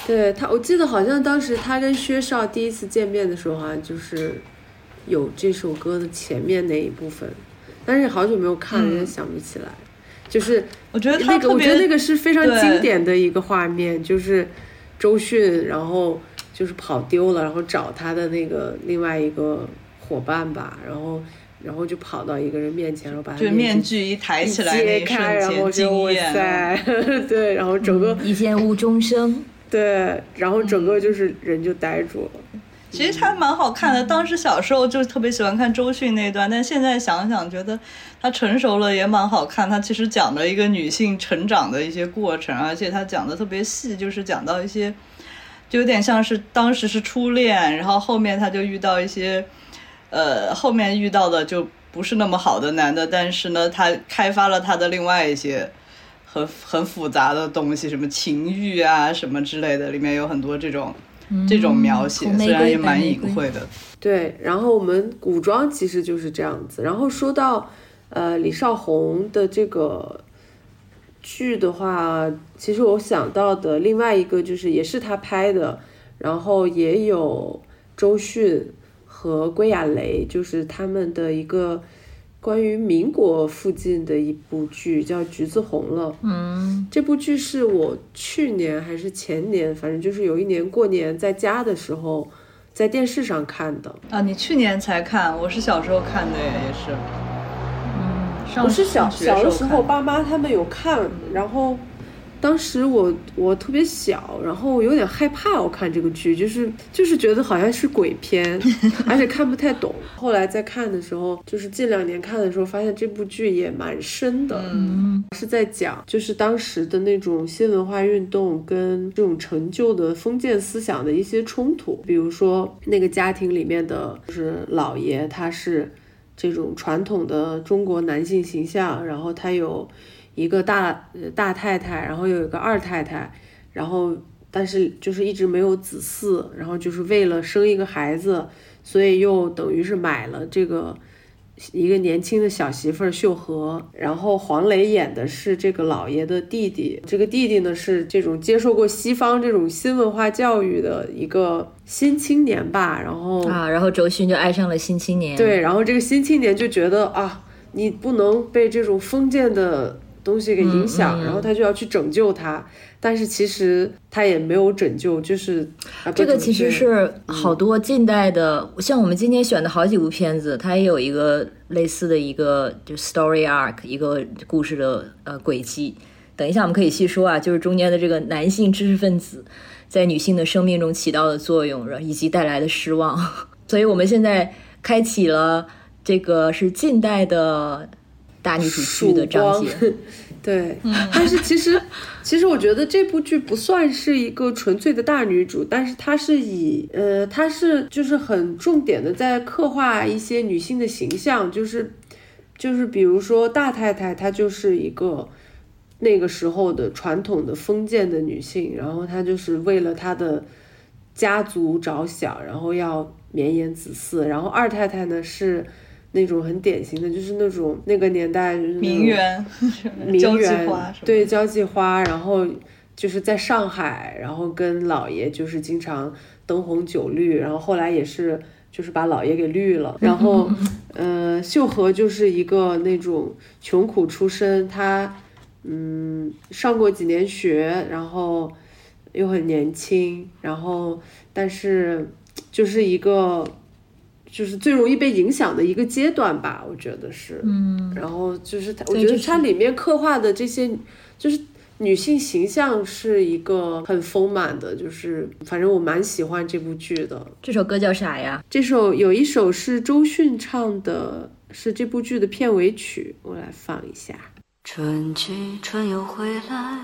对他，我记得好像当时他跟薛少第一次见面的时候，好像就是有这首歌的前面那一部分，但是好久没有看了，有点想不起来。就是我觉得那个，我觉得那个是非常对经典的一个画面，就是周迅，然后就是跑丢了，然后找他的那个另外一个伙伴吧，然后就跑到一个人面前，然后把他就面具一抬起来那一瞬然后间惊艳， 对，然后整个一见无终生， 对，然后整个就是人就呆住了。 其实他蛮好看的，当时小时候就特别喜欢看周迅那段，但现在想想觉得他成熟了也蛮好看。他其实讲了一个女性成长的一些过程，而且他讲的特别细，就是讲到一些就有点像是当时是初恋，然后后面他就遇到一些后面遇到的就不是那么好的男的，但是呢他开发了他的另外一些很复杂的东西，什么情欲啊什么之类的，里面有很多这种描写，虽然也蛮隐晦的。 对，然后我们古装其实就是这样子。然后说到李少红的这个剧的话，其实我想到的另外一个就是也是他拍的，然后也有周迅和归亚蕾，就是他们的一个关于民国附近的一部剧，叫《橘子红了》。这部剧是我去年还是前年，反正就是有一年过年在家的时候，在电视上看的。 啊，你去年才看，我是小时候看的也是。 我是小的时候，爸妈他们有看，然后当时我特别小，然后有点害怕，我看这个剧就是觉得好像是鬼片，而且看不太懂。后来在看的时候，就是近2年看的时候，发现这部剧也蛮深的，是在讲就是当时的那种新文化运动跟这种陈旧的封建思想的一些冲突。比如说那个家庭里面的就是老爷，他是这种传统的中国男性形象，然后他有一个大太太，然后有一个二太太，然后但是就是一直没有子嗣，然后就是为了生一个孩子，所以又等于是买了这个一个年轻的小媳妇儿秀禾，然后黄磊演的是这个老爷的弟弟，这个弟弟呢是这种接受过西方这种新文化教育的一个新青年吧，然后周迅就爱上了新青年。 对，然后这个新青年就觉得啊，你不能被这种封建的东西给影响，然后他就要去拯救他，但是其实他也没有拯救，就是这个其实是好多近代的，像我们今天选的好几部片子，它也有一个类似的一个就 story arc， 一个故事的轨迹。等一下我们可以细说啊，就是中间的这个男性知识分子在女性的生命中起到的作用，以及带来的失望。所以我们现在开启了这个是近代的大女主剧的章节。 对，但是其实我觉得这部剧不算是一个纯粹的大女主，但是它是它是就是很重点的在刻画一些女性的形象，就是比如说大太太，她就是一个那个时候的传统的封建的女性，然后她就是为了她的家族着想，然后要绵延子嗣。然后二太太呢是那种很典型的，就是那种那个年代就是名媛交际花， 对，交际花，然后就是在上海，然后跟老爷就是经常灯红酒绿，然后后来也是就是把老爷给绿了。然后秀禾就是一个那种穷苦出身，她上过几年学，然后又很年轻，然后但是就是一个就是最容易被影响的一个阶段吧，我觉得是。然后就是我觉得它里面刻画的这些就是女性形象是一个很丰满的，就是反正我蛮喜欢这部剧的。 这首歌叫啥呀？ 有一首是周迅唱的，是这部剧的片尾曲，我来放一下。 春去春又回来，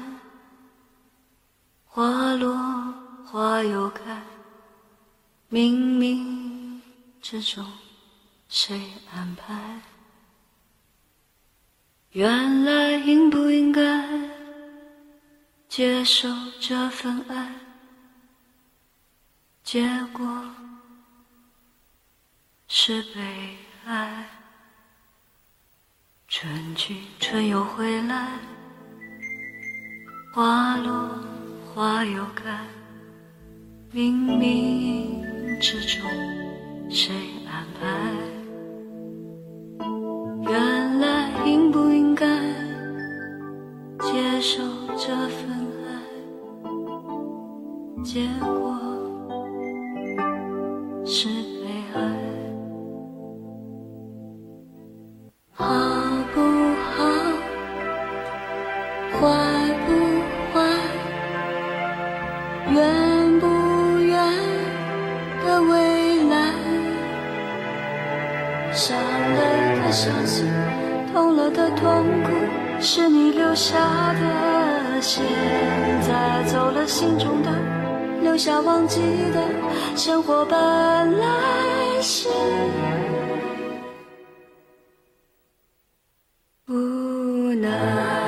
花落花又开，冥冥之中谁安排？原来应不应该接受这份爱，结果是悲哀。春去春又回来，花落花又开， 冥冥之中谁安排？原来应不应该接受这份爱？结果是悲哀。好不好，坏不坏，远不远的未来，伤了的伤心，痛了的痛苦，是你留下的。现在走了心中的，留下忘记的，生活本来是无奈。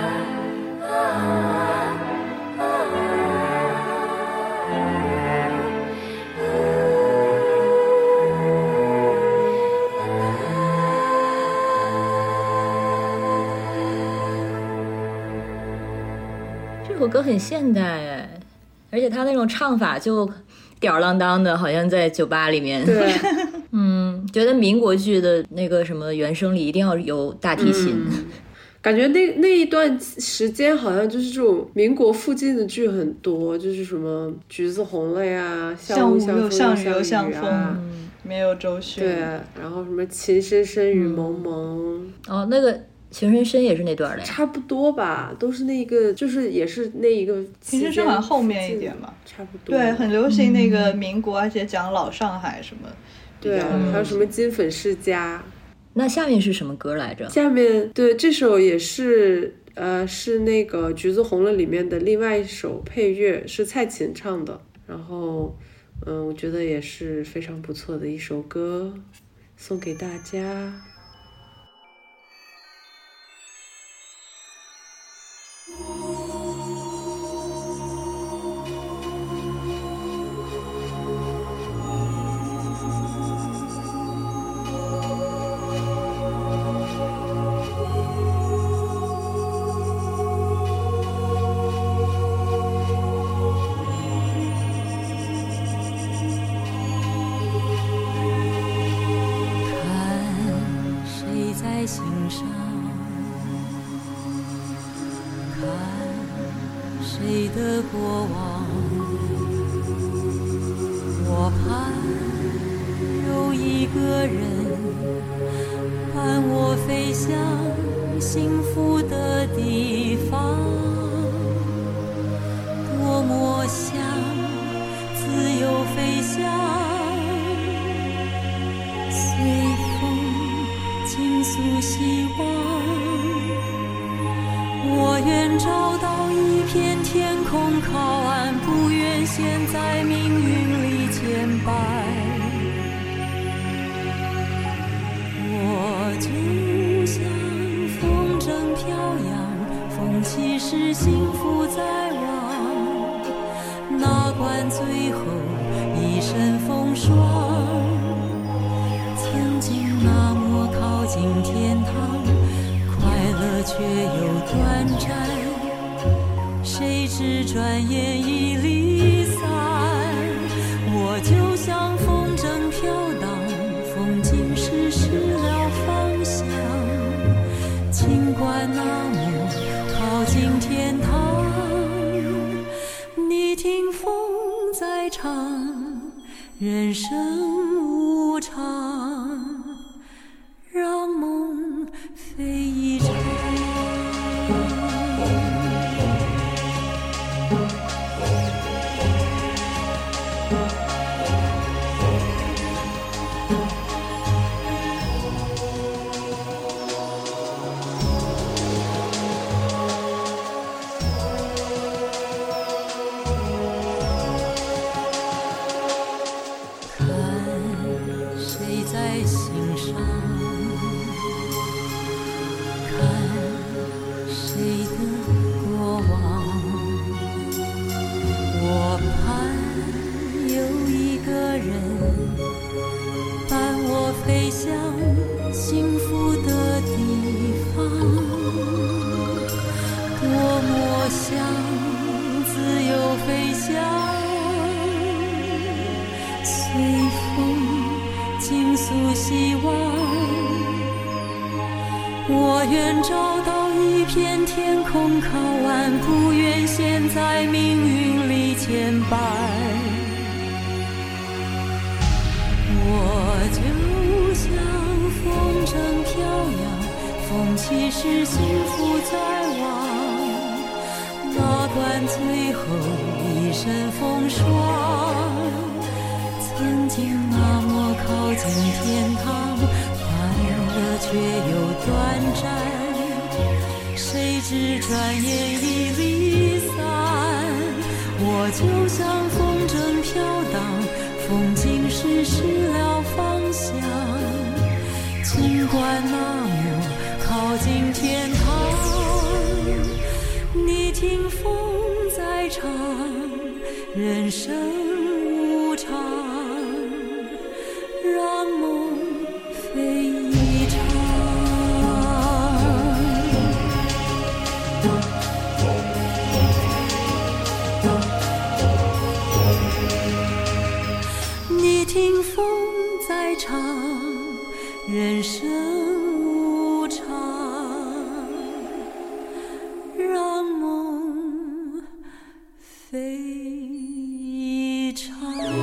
这首歌很现代哎，而且他那种唱法就吊儿郎当的，好像在酒吧里面。 对， 觉得民国剧的那个什么原声里一定要有大提琴。 感觉那一段时间好像就是这种民国附近的剧很多，就是什么橘子红了呀，像雾像风像雨又像雨啊， 没有周迅。 对，然后什么情深深雨蒙蒙， 哦，那个情深深也是那段的呀。 差不多吧，都是那个，就是也是那一个期间。 情深深好像后面一点嘛， 差不多。 对，很流行那个民国，而且讲老上海什么。 对，还有什么金粉世家。 那下面是什么歌来着？ 下面对这首也是是那个《橘子红了》里面的另外一首配乐，是蔡琴唱的。然后我觉得也是非常不错的一首歌，送给大家。 谁的过往，我盼有一个人伴我飞向幸福的地方，多么想自由飞翔，随风倾诉希望，我愿找到一片天空靠岸，不愿陷在命运里牵绊。我就像风筝飘扬，风起时幸福在望，哪管最后一身风霜，曾经那么靠近天堂，快乐却又短暂，谁知转眼已离散。我就像风筝飘荡，风景失了方向，尽管那么靠近天堂，你听风在唱，人生无常，让梦飞一场。 倾诉希望。我愿找到一片天空靠岸，不愿陷在命运里牵绊。我就像风筝飘扬，风起时幸福在望。哪管最后一身风霜，曾经那么靠近天堂，快乐却又短暂，谁知转眼已离散。我就像风筝飘荡，风景失失了方向，尽管那么靠近天堂，你听风在唱，人生无常，让梦飞一场。你听风在唱，人生无常，让梦飞一场。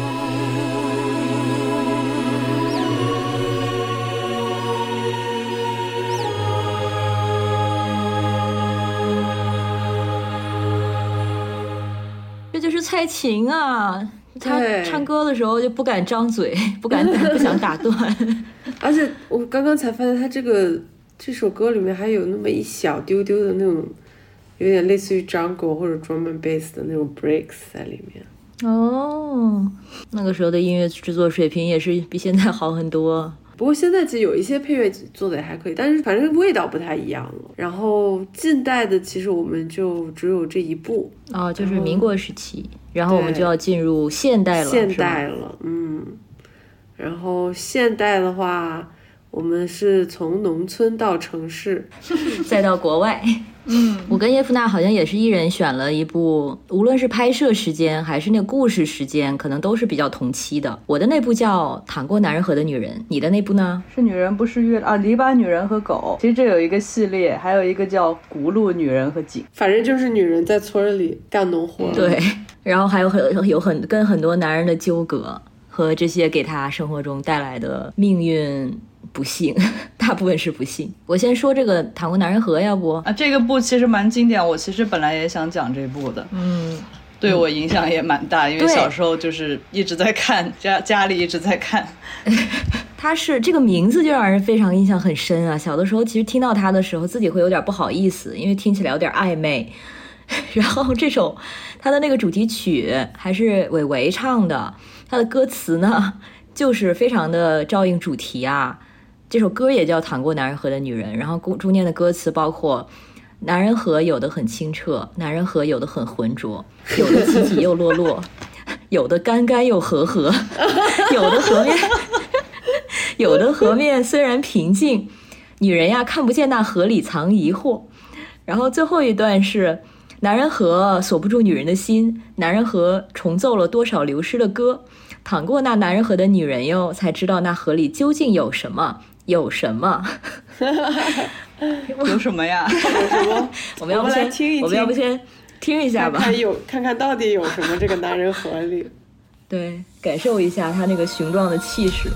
这就是蔡琴啊，她对唱歌的时候就不敢张嘴，不想打断。 而且我刚刚才发现，他这首歌里面还有那么一小丢丢的那种，有点类似于 jungle 或者 drum and bass 的那种 breaks 在里面。 哦，那个时候的音乐制作水平也是比现在好很多。 不过现在其实有一些配乐做的也还可以，但是反正味道不太一样了。然后近代的其实我们就只有这一部哦，就是民国时期，然后我们就要进入现代了。 现代了，然后现代的话，我们是从农村到城市， 再到国外。我跟叶夫娜好像也是一人选了一部，无论是拍摄时间还是那个故事时间，可能都是比较同期的。我的那部叫《淌过男人河的女人》，你的那部呢？ 是女人不是月啊，篱笆女人和狗。其实这有一个系列，还有一个叫轱辘女人和井。 反正就是女人在村里干农活。 对，然后还有跟很多男人的纠葛和这些给他生活中带来的命运不幸，大部分是不幸。我先说这个《淌过男人河》，要不啊，这个部其实蛮经典，我其实本来也想讲这部的，对我影响也蛮大，因为小时候就是一直在看，家里一直在看。 它是这个名字就让人非常印象很深啊！小的时候其实听到它的时候，自己会有点不好意思，因为听起来有点暧昧。然后这首它的那个主题曲还是韦唯唱的，它的歌词呢就是非常的照应主题啊。这首歌也叫《淌过男人河的女人》，然后中间的歌词包括男人河有的很清澈，男人河有的很浑浊，有的起起又落落，有的干干又合合，有的河面虽然平静，女人呀看不见那河里藏疑惑。然后最后一段是男人河锁不住女人的心，男人河重奏了多少流失的歌，淌过那男人河的女人哟，才知道那河里究竟有什么。有什么？ 有什么呀？ 有什么？ 我们要不先听一听，我们要不先听一下吧？ 看看到底有什么这个男人河里。 对，感受一下他那个雄壮的气势。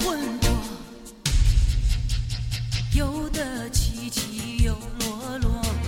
有的起起又落落。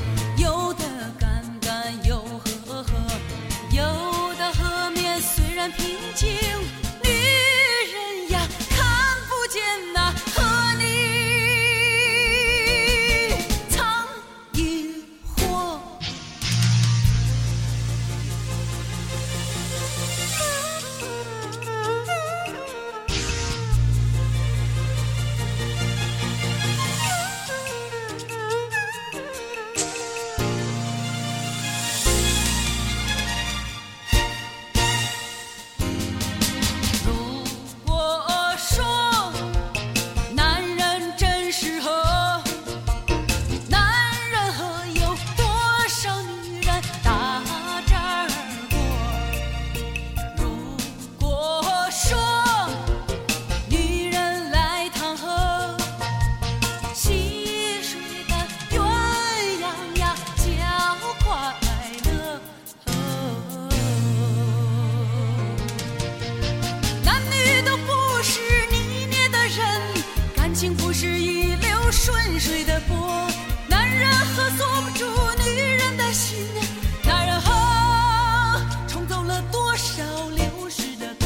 水的波，男人河锁不住女人的心，男人河冲走了多少流逝的歌，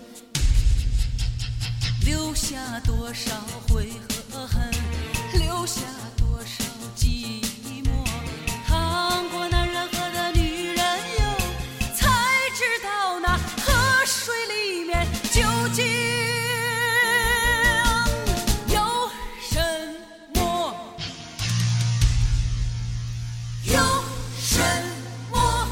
留下多少悔和恨，留下多少寂寞。趟过男人河的女人哟，才知道那河水里面究竟有什么，有什么。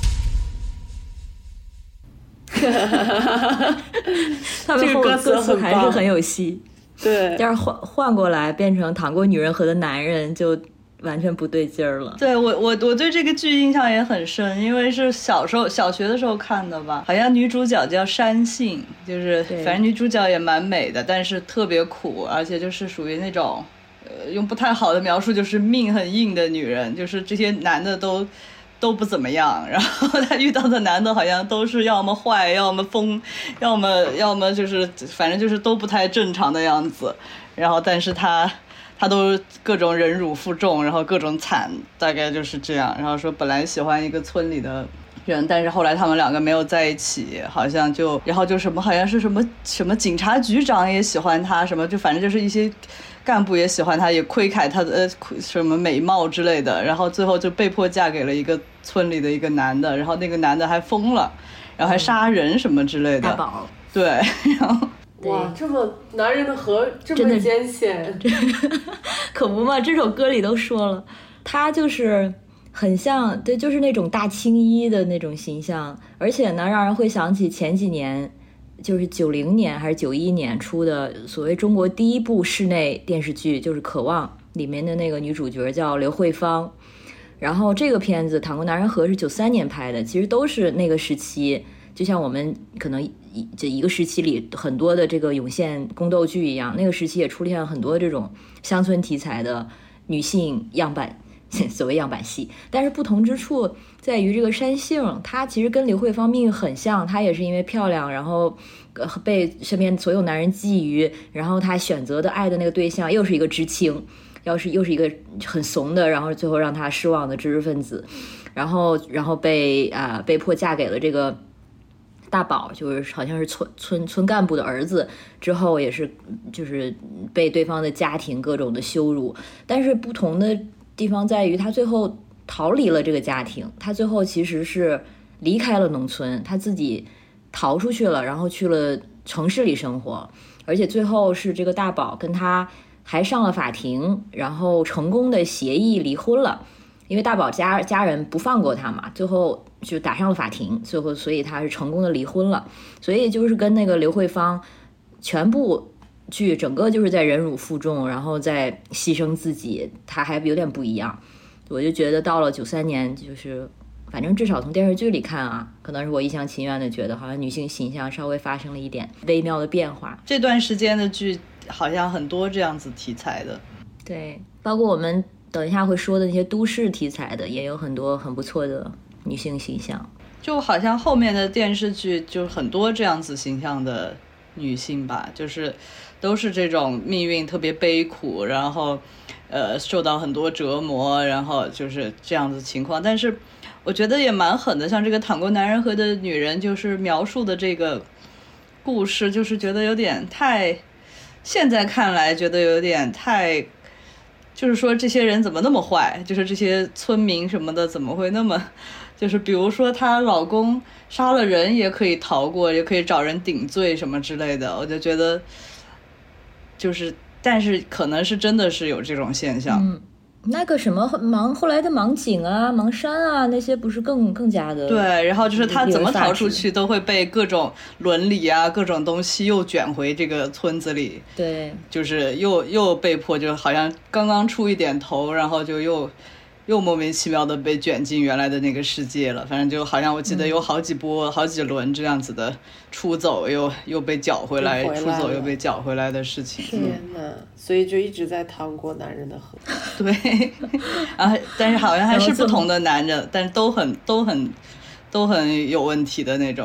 他们后这个歌词很还是棒很有戏。 对， 要是换过来变成淌过女人河的男人，就完全不对劲儿了。 对我对这个剧印象也很深，因为是小学的时候看的吧，好像女主角叫山杏，就是反正女主角也蛮美的，但是特别苦，而且就是属于那种用不太好的描述就是命很硬的女人，就是这些男的都不怎么样，然后她遇到的男的好像都是要么坏，要么疯，要么就是反正就是都不太正常的样子，然后但是她都各种忍辱负重，然后各种惨，大概就是这样。然后说本来喜欢一个村里的人，但是后来他们两个没有在一起，好像就然后就什么好像是什么警察局长也喜欢他，什么就反正就是一些干部也喜欢他，也窥慨他的什么美貌之类的，然后最后就被迫嫁给了一个村里的一个男的，然后那个男的还疯了，然后还杀人什么之类的。 大宝， 对，然后哇，这么男人的河这么艰险， 可不嘛，这首歌里都说了，他就是很像，对，就是那种大青衣的那种形象，而且呢，让人会想起前几年，就是90年还是91年出的所谓中国第一部室内电视剧，就是《渴望》里面的那个女主角叫刘慧芳。然后这个片子《淌过男人河》是93年拍的，其实都是那个时期，就像我们可能这一个时期里很多的这个涌现宫斗剧一样，那个时期也出现了很多这种乡村题材的女性样板，所谓样板戏。但是不同之处在于这个山杏，她其实跟刘慧芳命运很像，她也是因为漂亮，然后被身边所有男人觊觎，然后她选择的爱的那个对象又是一个知青，又是一个很怂的，然后最后让她失望的知识分子，然后被迫嫁给了这个大宝，就是好像是村干部的儿子，之后也是就是被对方的家庭各种的羞辱。但是不同的地方在于，他最后逃离了这个家庭，他最后其实是离开了农村，他自己逃出去了，然后去了城市里生活，而且最后是这个大宝跟他还上了法庭，然后成功的协议离婚了。因为大宝家人不放过他嘛，最后就打上了法庭，最后所以他是成功的离婚了。所以就是跟那个刘慧芳全部剧整个就是在忍辱负重，然后在牺牲自己，他还有点不一样。我就觉得到了93年，就是反正至少从电视剧里看啊，可能是我一厢情愿的觉得好像女性形象稍微发生了一点微妙的变化。 这段时间的剧好像很多这样子题材的， 对，包括我们等一下会说的那些都市题材的，也有很多很不错的女性形象。 就好像后面的电视剧就很多这样子形象的女性吧，就是都是这种命运特别悲苦，然后受到很多折磨，然后就是这样子情况。但是我觉得也蛮狠的，像这个淌过男人河的女人，就是描述的这个故事，就是觉得有点太，现在看来觉得有点太，就是说这些人怎么那么坏，就是这些村民什么的怎么会那么，就是比如说她老公杀了人也可以逃过，也可以找人顶罪什么之类的，我就觉得就是但是可能是真的是有这种现象。 那个什么后来的盲井啊、盲山啊，那些不是更加的， 对，然后就是他怎么逃出去都会被各种伦理啊、各种东西又卷回这个村子里。 对， 就是又被迫，就好像刚刚出一点头，然后就又莫名其妙的被卷进原来的那个世界了。反正就好像我记得有好几波、好几轮这样子的出走又被搅回来，出走又被搅回来的事情。 天哪！所以就一直在淌过男人的河。 对，然后但是好像还是不同的男人，但是都很有问题的那种。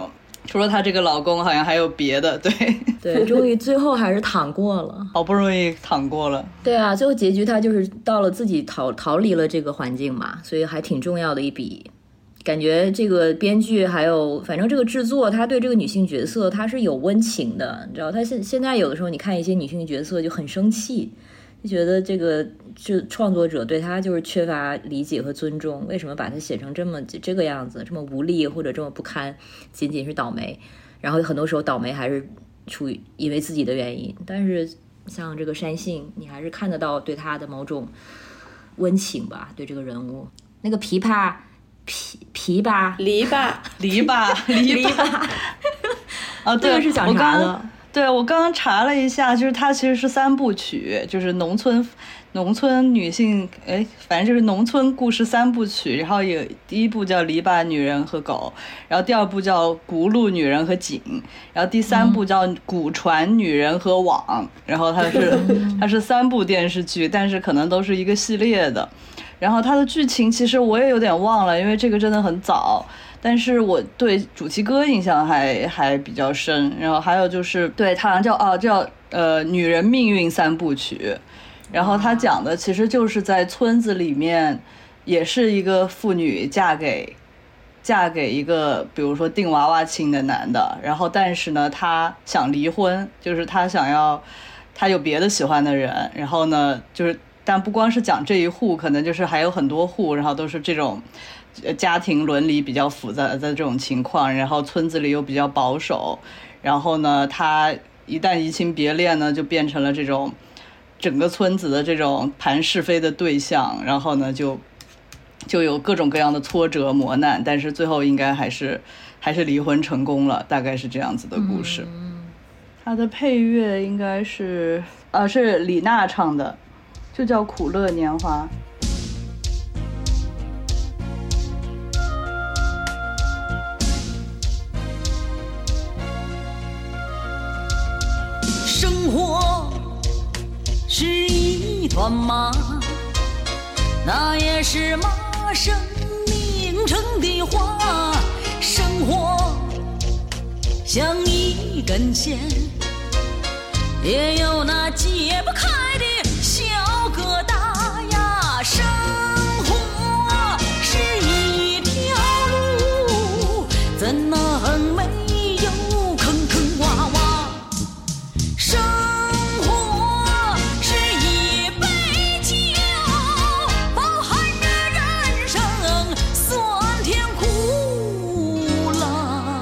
除了她这个老公，好像还有别的。对对，终于最后还是躺过了， 好不容易躺过了。 对啊，最后结局她就是到了自己逃离了这个环境嘛，所以还挺重要的一笔。感觉这个编剧还有反正这个制作，他对这个女性角色他是有温情的，你知道，他现在有的时候你看一些女性角色就很生气，就觉得这个创作者对他就是缺乏理解和尊重，为什么把他写成这个样子，这么无力或者这么不堪，仅仅是倒霉，然后很多时候倒霉还是出于因为自己的原因。但是像这个山信，你还是看得到对他的某种温情吧，对这个人物。那个琵琶篱笆啊， 这个是讲啥的？ 对，我刚刚查了一下，就是它其实是3部曲，就是农村女性，反正就是农村故事3部曲。然后第一部叫篱笆女人和狗，然后第2部叫轱辘女人和井，然后第3部叫古船女人和网。然后它是3部电视剧，但是可能都是一个系列的。然后它的剧情其实我也有点忘了，因为这个真的很早，但是我对主题歌印象还比较深。然后还有就是对它好像叫女人命运3部曲。然后它讲的其实就是在村子里面，也是一个妇女嫁给一个比如说订娃娃亲的男的，然后但是呢她想离婚，就是她有别的喜欢的人，然后呢就是但不光是讲这一户，可能就是还有很多户，然后都是这种家庭伦理比较复杂的这种情况，然后村子里又比较保守，然后呢他一旦移情别恋呢，就变成了这种整个村子的这种谈是非的对象，然后呢就有各种各样的挫折磨难，但是最后应该还是离婚成功了，大概是这样子的故事。他的配乐应该是李娜唱的，就叫《苦乐年华》。 生活是一团麻，那也是麻生命成的花。生活像一根线，也有那解不开的小疙瘩呀。生活是一条路，怎能没有坑坑洼洼？生活是一杯酒，包含着人生酸甜苦辣。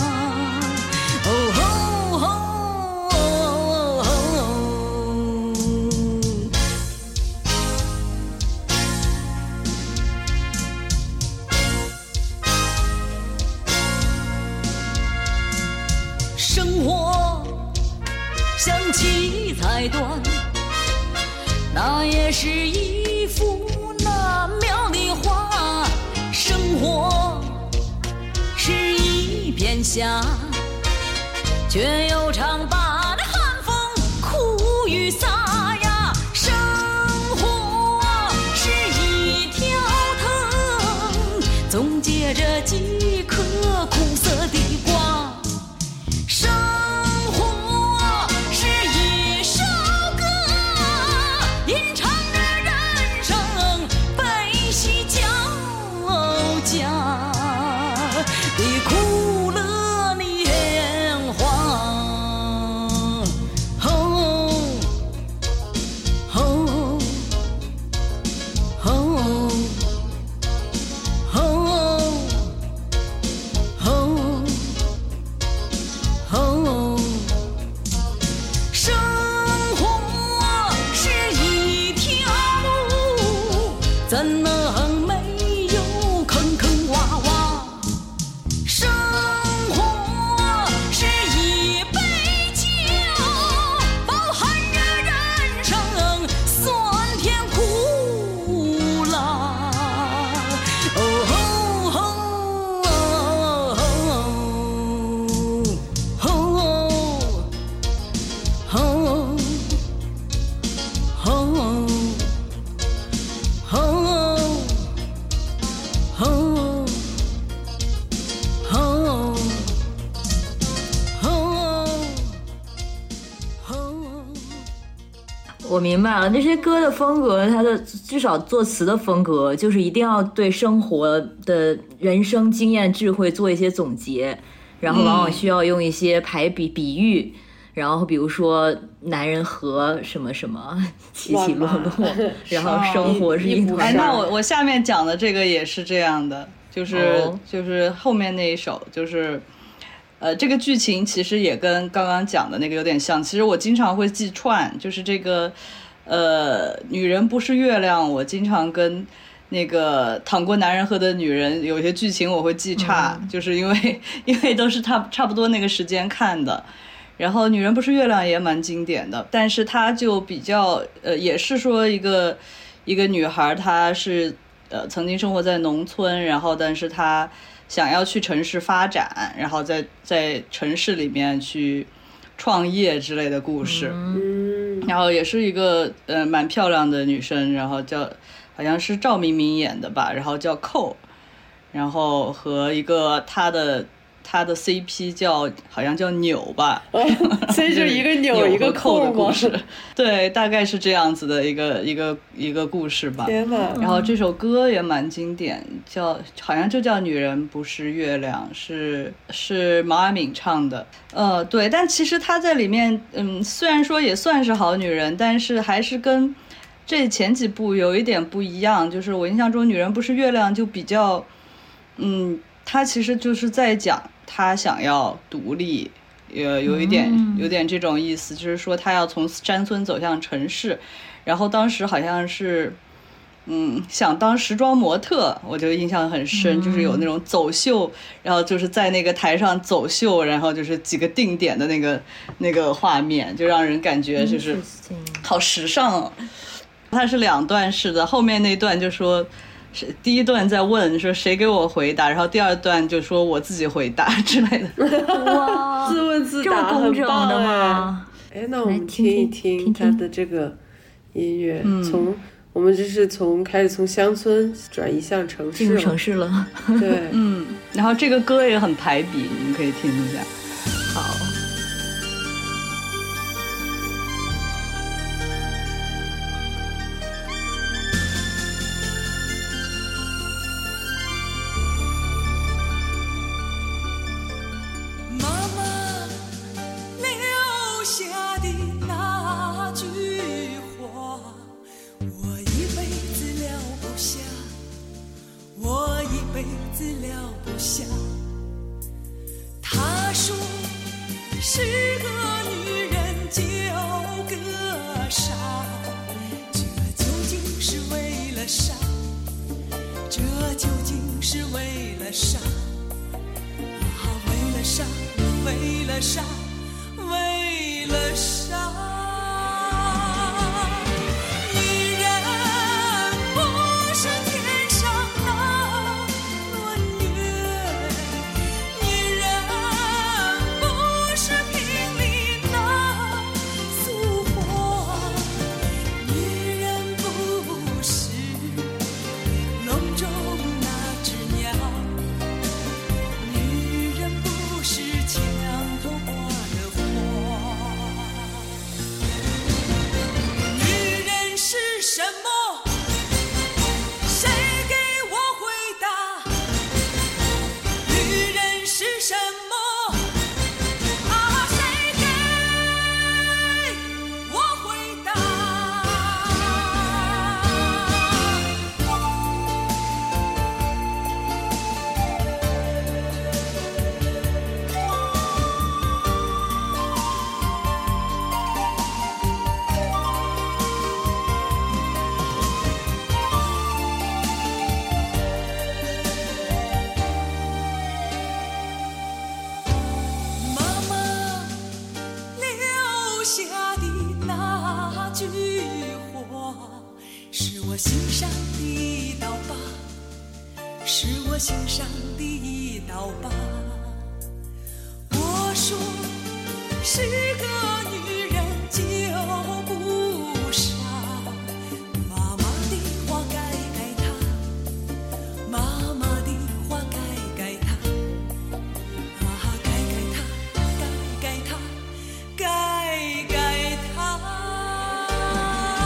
生活像七彩缎，那也是一幅难描的画。生活是一片霞，却又常把那寒风苦与洒呀。生活是一条藤，总结着几颗苦涩的瓜。生活是一首歌，吟唱着人生悲喜交加的苦乐年华。 明白了，这些歌的风格，它的至少作词的风格，就是一定要对生活的人生经验智慧做一些总结，然后往往需要用一些比喻，然后比如说男人和什么什么起起落落，然后生活是一团。 那我下面讲的这个也是这样的，就是后面那一首就是。这个剧情其实也跟刚刚讲的那个有点像。其实我经常会记串，就是这个，女人不是月亮，我经常跟那个淌过男人河的女人有些剧情我会记差，就是因为都是差不多那个时间看的。然后女人不是月亮也蛮经典的，但是她就比较也是说一个女孩，她是曾经生活在农村，然后但是她想要去城市发展，然后在城市里面去创业之类的故事。然后也是一个蛮漂亮的女生，然后好像是赵明明演的吧，然后叫寇，然后和一个她的 CP 好像叫钮吧， 所以就一个钮一个寇的故事，对，大概是这样子的一个故事吧。 天哪！ 然后这首歌也蛮经典，好像就叫《女人不是月亮》，是毛阿敏唱的。对，但其实她在里面，虽然说也算是好女人，但是还是跟这前几部有一点不一样。就是我印象中，《女人不是月亮》就比较，她其实就是在讲她想要独立，有一点这种意思，就是说她要从山村走向城市，然后当时好像是，想当时装模特，我就印象很深，就是有那种走秀，然后就是在那个台上走秀，然后就是几个定点的那个画面，就让人感觉就是好时尚哦。它是2段式的，后面那段就说。第一段在问说谁给我回答，然后第2段就说我自己回答之类的。 哇， 自问自答，很棒的吗？哎，那我们听一听他的这个音乐，我们就是开始从乡村转移向城市， 进入城市了。 对， 然后这个歌也很排比，你们可以听一下。 好。 他说是个女人就个傻，这究竟是为了啥？这究竟是为了啥？啊，为了啥？为了啥？为了啥？心上的一道疤。我说是个女人就不傻，妈妈的话该改她，妈妈的话该改她，啊，该改她，该改她，该改她。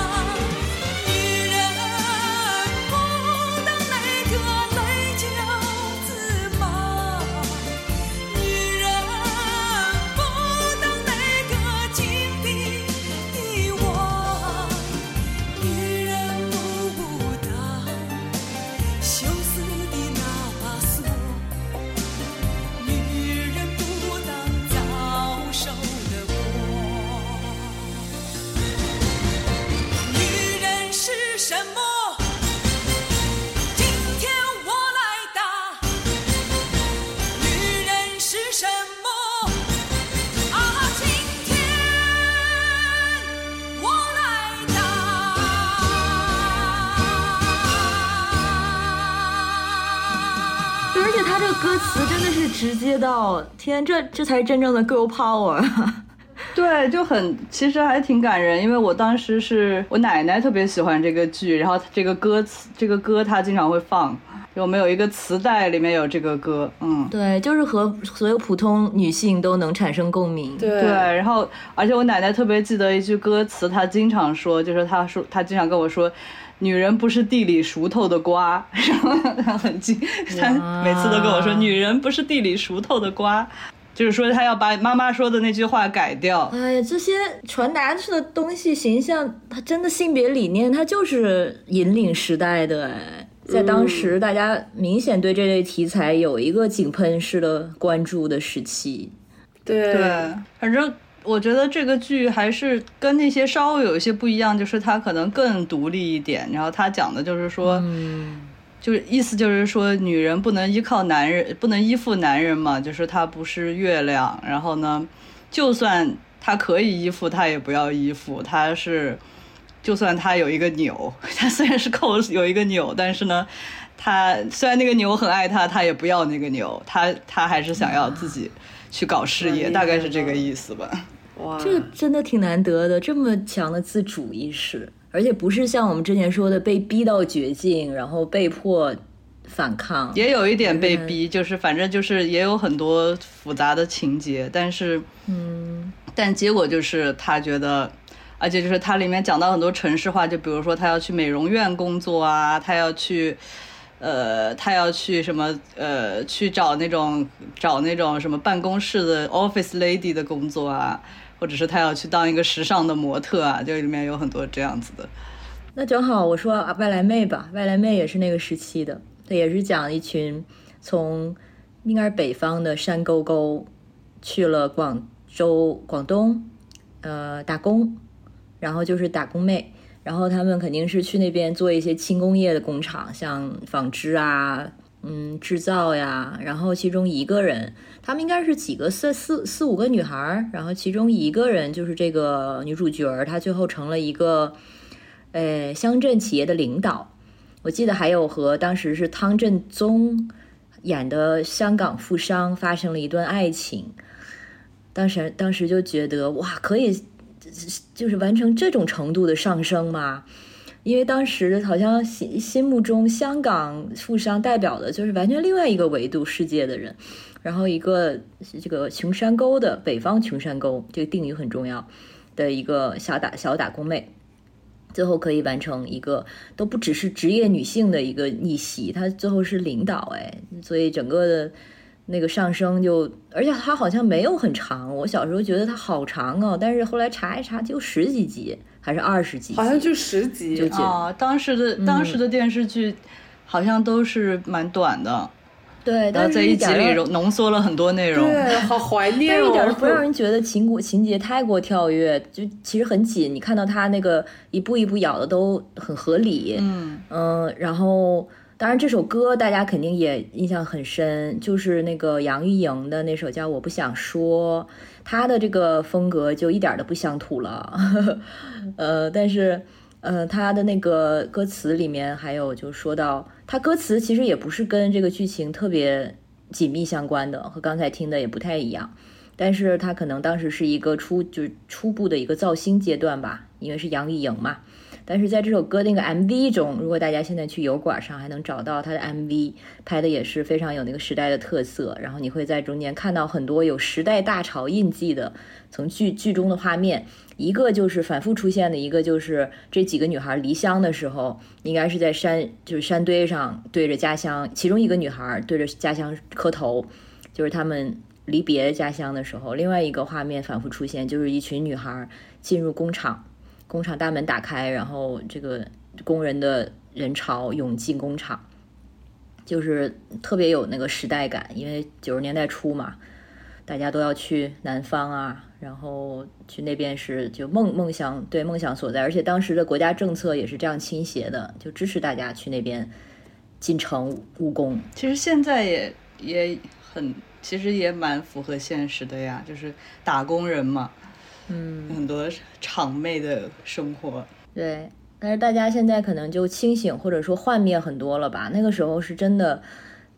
且他这个歌词真的是直接到天，这才是真正的 girl power。 对，就其实还挺感人，因为我当时是我奶奶特别喜欢这个剧，然后这个歌她经常会放，我们有一个磁带里面有这个歌， 对，就是和所有普通女性都能产生共鸣。 对， 然后而且我奶奶特别记得一句歌词，她经常说，就是她经常跟我说，女人不是地里熟透的瓜，然后她每次都跟我说，女人不是地里熟透的瓜。就是说他要把妈妈说的那句话改掉。 哎呀，这些传达的东西形象，它真的性别理念，它就是引领时代的。在当时大家明显对这类题材有一个井喷式的关注的时期。 对， 反正我觉得这个剧还是跟那些稍微有一些不一样，就是它可能更独立一点，然后它讲的就是说就是意思就是说，女人不能依靠男人，不能依附男人嘛，就是她不是月亮，然后呢，就算她可以依附，她也不要依附，她是，就算她有一个钮，她虽然是有一个钮，但是呢，她虽然那个钮很爱她，她也不要那个钮，她还是想要自己去搞事业，大概是这个意思吧。 哇， 这个真的挺难得的，这么强的自主意识。而且不是像我们之前说的被逼到绝境，然后被迫反抗， 也有一点被逼，就是反正就是也有很多复杂的情节，但是但结果就是他觉得，而且就是它里面讲到很多城市化，就比如说他要去美容院工作啊，他要去什么去找那种什么办公室的 office lady 的工作啊，或者是他要去当一个时尚的模特啊，就里面有很多这样子的。 那正好我说外来妹吧，外来妹也是那个时期的，它也是讲一群从应该是北方的山沟沟去了广东打工，然后就是打工妹，然后他们肯定是去那边做一些轻工业的工厂，像纺织啊制造呀，然后其中一个人，他们应该是几个四五个女孩，然后其中一个人就是这个女主角，她最后成了一个乡镇企业的领导。我记得还有和当时是汤镇宗演的香港富商发生了一段爱情，当时就觉得哇，可以就是完成这种程度的上升吗？因为当时好像心目中香港富商代表的就是完全另外一个维度世界的人，然后一个这个穷山沟的北方穷山沟，这个定语很重要的一个小打工妹，最后可以完成一个都不只是职业女性的一个逆袭，她最后是领导所以整个的那个上升就，而且她好像没有很长，我小时候觉得她好长哦，但是后来查一查就10几集还是20几集， 好像就10集就当时的电视剧好像都是蛮短的， 对， 然后在一集里浓缩了很多内容， 对，好怀念但一点都不让人觉得情节太过跳跃，就其实很紧，你看到他那个一步一步咬的都很合理，然后当然这首歌大家肯定也印象很深，就是那个杨钰莹的那首叫《我不想说》，他的这个风格就一点都不乡土了，但是他的那个歌词里面还有就说到，他歌词其实也不是跟这个剧情特别紧密相关的，和刚才听的也不太一样，但是他可能当时是一个初步的一个造星阶段吧，因为是杨钰莹嘛。但是在这首歌那个 MV 中，如果大家现在去油管上还能找到他的 MV， 拍的也是非常有那个时代的特色，然后你会在中间看到很多有时代大潮印记的从剧中的画面，一个就是反复出现的，一个就是这几个女孩离乡的时候，应该是在山堆上对着家乡，其中一个女孩对着家乡磕头，就是他们离别家乡的时候，另外一个画面反复出现，就是一群女孩进入工厂大门打开，然后这个工人的人潮涌进工厂，就是特别有那个时代感，因为90年代初嘛，大家都要去南方啊，然后去那边是就梦想所在，而且当时的国家政策也是这样倾斜的，就支持大家去那边进城务工。 其实现在也很，其实也蛮符合现实的呀，就是打工人嘛，很多厂妹的生活。 对，但是大家现在可能就清醒或者说幻灭很多了吧，那个时候是真的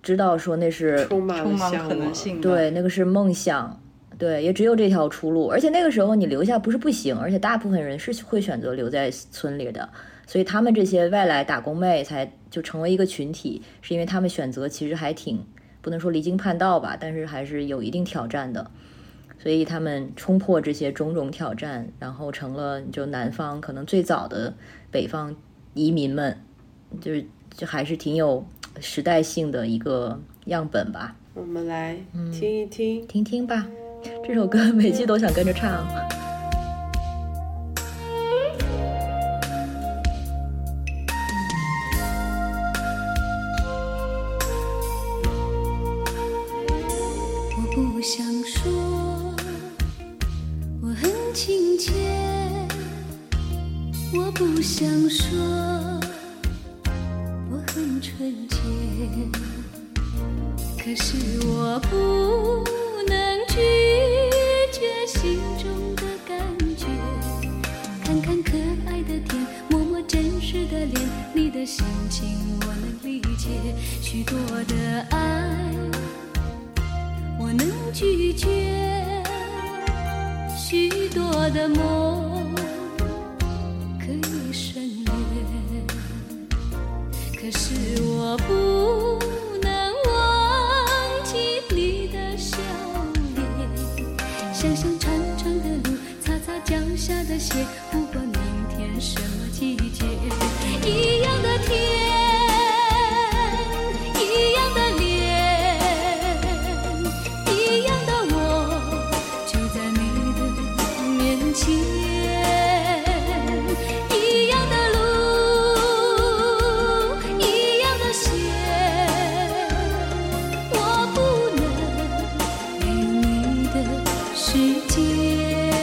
知道说那是充满充满可了向往能性的。 对，那个是梦想，对，也只有这条出路。而且那个时候你留下不是不行，而且大部分人是会选择留在村里的，所以他们这些外来打工妹才就成为一个群体，是因为他们选择其实还挺不能说离经叛道吧，但是还是有一定挑战的。所以他们冲破这些种种挑战，然后成了就南方可能最早的北方移民们，就还是挺有时代性的一个样本吧。 我们来听一听， 听听吧，这首歌每句都想跟着唱。 我不想说我很亲切，我不想说我很纯洁，可是我不能拒绝心中的感觉，看看可爱的天，摸摸真实的脸，你的心情我能理解，许多的爱我能拒绝，许多的梦可以省略，可是我不能忘记你的笑脸，想想长长的路，擦擦脚下的鞋，不管明天什么季节，一样的天，一样的脸，一样的我，就在你的面前，一样的路，一样的线，我不能没有你的世界。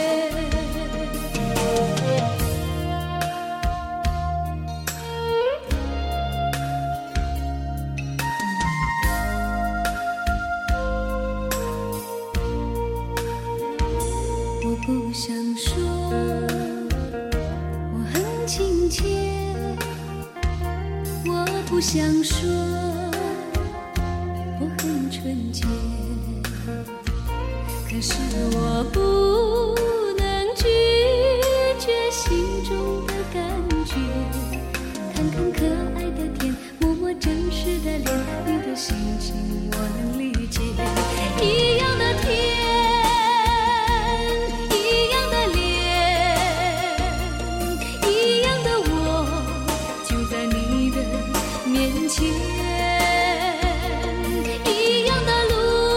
我不想说我很亲切，我不想说我很纯洁，可是我不能拒绝心中的感觉，看看可爱的天，摸摸真实的脸，你的心情我能理解，一样的天，一样的脸，一样的我，就在你的面前，一样的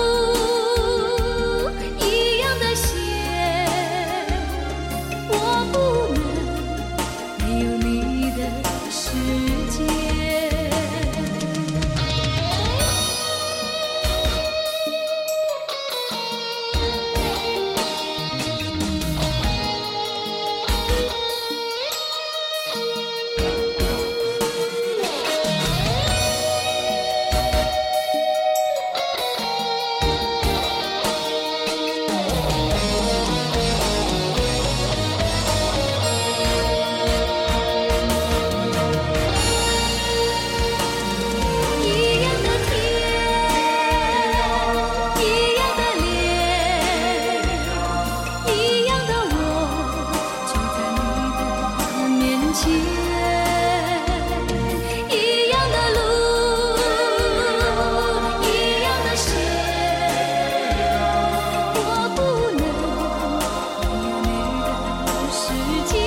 路，一样的线，我不能没有你的世界。一样的天，一样的脸，一样的我，就在你的面前，一样的路，一样的线，我不能没有你的世界，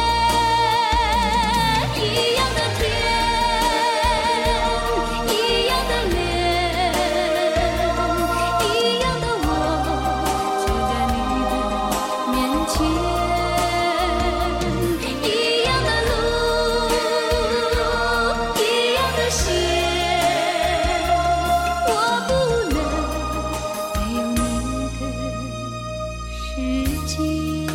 一样的天，一样的脸，一样的我，就在你的面前，一样的路，一样的线，我不能没有你的世界。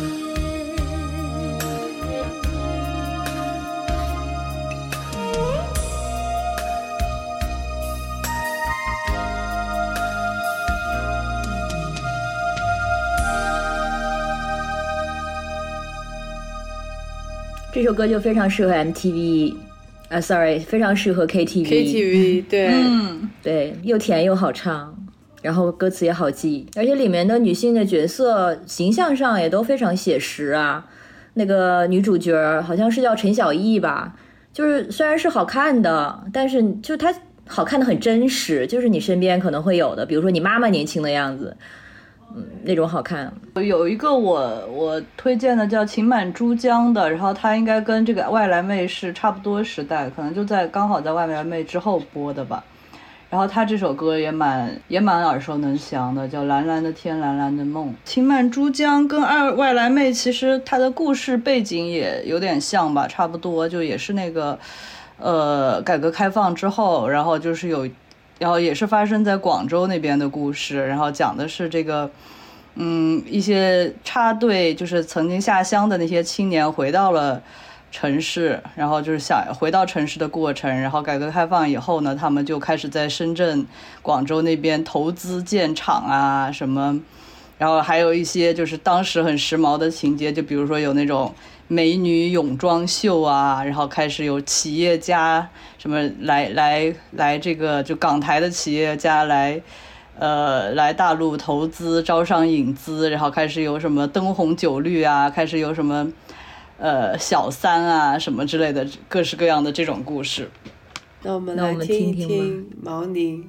这首歌就非常适合 MTV， ，sorry， 非常适合 KTV， 对， 对，又甜又好唱，然后歌词也好记，而且里面的女性的角色形象上也都非常写实啊。那个女主角好像是叫陈小艺吧，就是虽然是好看的，但是就她好看的很真实，就是你身边可能会有的，比如说你妈妈年轻的样子，那种好看。 有一个我推荐的叫秦满珠江的，然后它应该跟这个外来妹是差不多时代，可能就刚好在外来妹之后播的吧。然后他这首歌也蛮耳熟能详的，叫蓝蓝的天蓝蓝的梦。秦满珠江跟外来妹其实它的故事背景也有点像吧，差不多，就也是那个改革开放之后，然后也是发生在广州那边的故事，然后讲的是这个一些插队就是曾经下乡的那些青年回到了城市，然后就是想回到城市的过程，然后改革开放以后呢，他们就开始在深圳、广州那边投资建厂啊什么，然后还有一些就是当时很时髦的情节，就比如说有那种美女泳装秀啊，然后开始有企业家什么来这个就港台的企业家来大陆投资招商引资，然后开始有什么灯红酒绿啊，开始有什么小三啊什么之类的各式各样的这种故事。 那我们来听一听毛宁。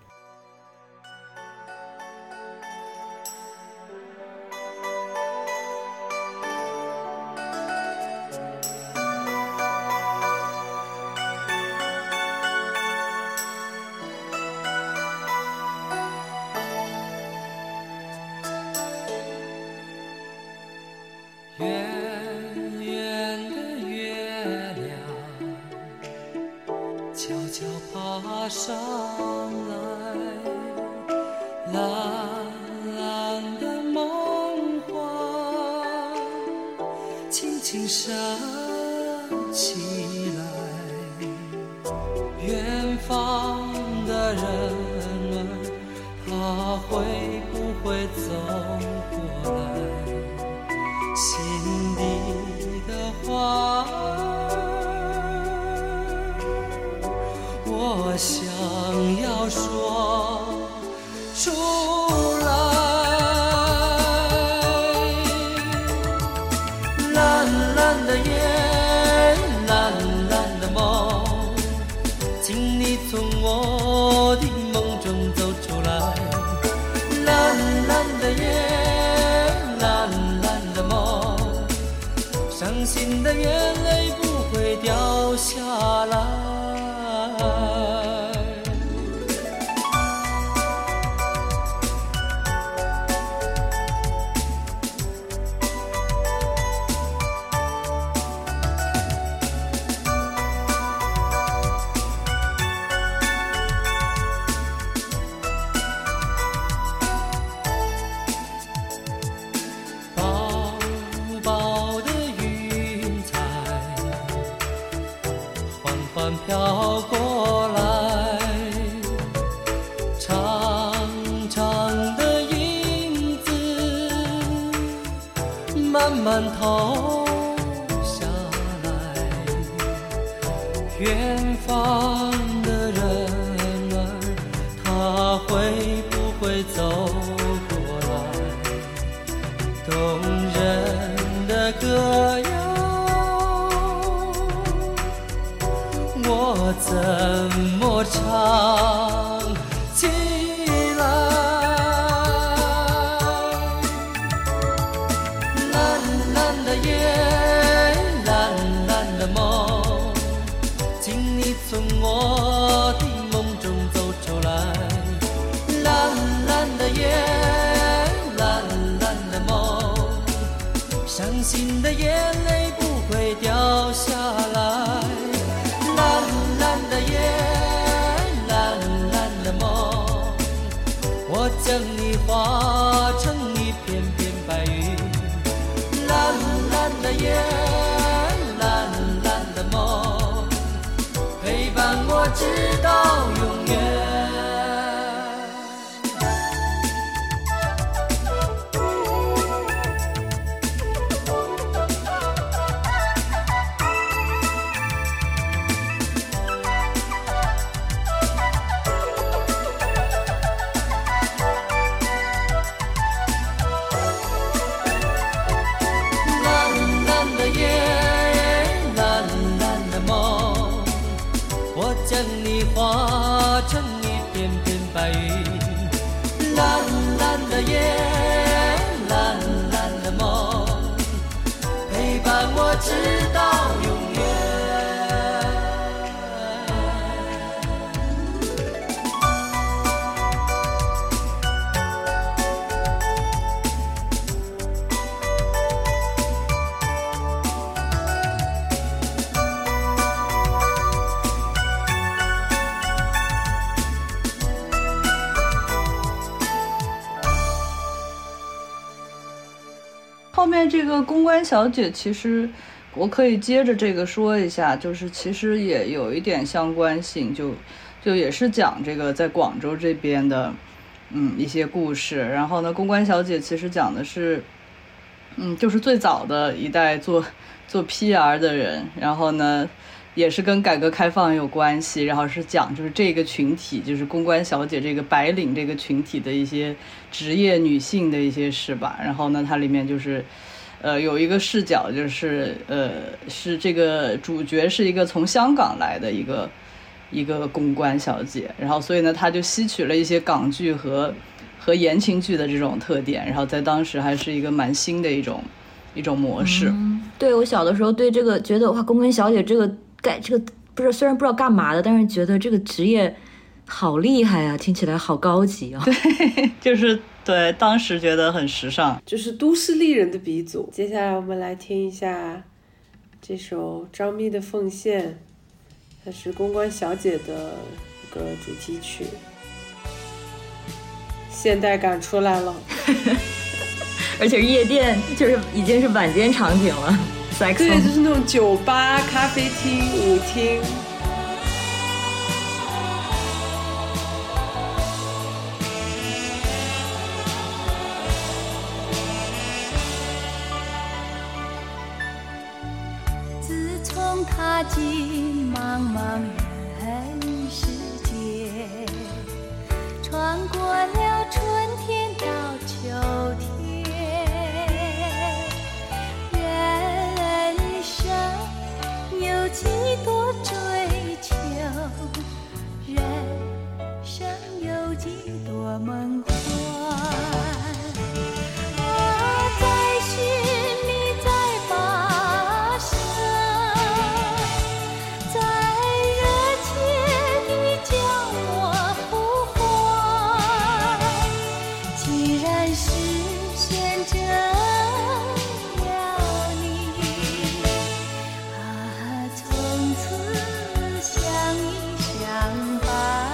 上来，蓝蓝的梦花轻轻升起来，远方的人儿他会不会走过来，心底的话我想要说出来，蓝蓝的夜，蓝蓝的梦，请你从我的梦中走出来，蓝蓝的夜，蓝蓝的梦，伤心的眼泪不会掉下来。飘过来，长长的影子慢慢投下来，远方的人儿他会不会走过来，动人的歌谣我怎么唱起来，蓝蓝的夜，蓝蓝的梦，请你从我的梦中走出来，蓝蓝的夜，蓝蓝的梦，伤心的眼泪不会掉下来，蓝蓝的夜，蓝蓝的梦，我将你化成一片片白云，蓝蓝的夜，蓝蓝的梦，陪伴我直到永远。 化成一片片白云，蓝蓝的夜，蓝蓝的梦，陪伴我直到永远。 后面这个公关小姐，其实我可以接着这个说一下，就是其实也有一点相关性，就也是讲这个在广州这边的一些故事。然后呢，公关小姐其实讲的是就是最早的一代做 PR 的人，然后呢也是跟改革开放有关系，然后是讲就是这个群体，就是公关小姐这个白领这个群体的一些职业女性的一些事吧。然后呢它里面就是有一个视角，就是是这个主角是一个从香港来的一个公关小姐，然后所以呢她就吸取了一些港剧和言情剧的这种特点，然后在当时还是一个蛮新的一种模式。 对，我小的时候对这个觉得哇，公关小姐这个不是，虽然不知道干嘛的，但是觉得这个职业好厉害啊，听起来好高级啊。 对，就是对，当时觉得很时尚， 就是都市丽人的鼻祖。接下来我们来听一下这首张密的《奉献》，它是公关小姐的一个主题曲，现代感出来了。 而且夜店就是已经是晚间场景了。 对，就是那种酒吧、咖啡厅、舞厅。 自从踏进茫茫人世间，穿过了春天到秋天，人生有几多追求，人生有几多梦幻，在心里在发生，在热切地叫我呼唤，既然实现着了你，从此相依相伴。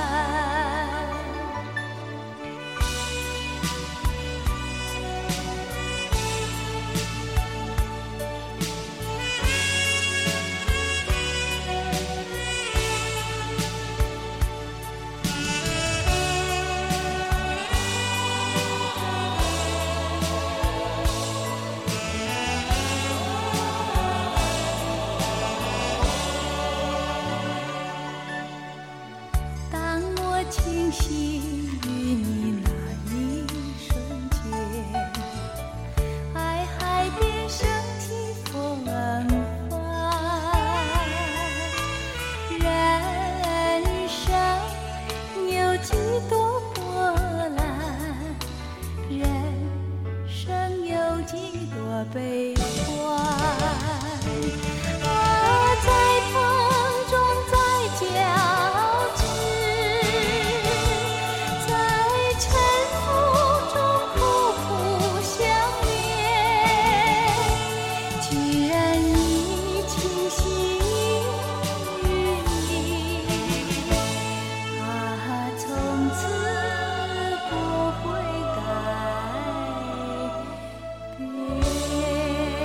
当我清醒于你那一瞬间，爱海边升起风帆，人生有几多波澜，人生有几多悲欢，在风中在交织，在沉浮中苦苦相恋，既然你倾心于你，从此不会改变。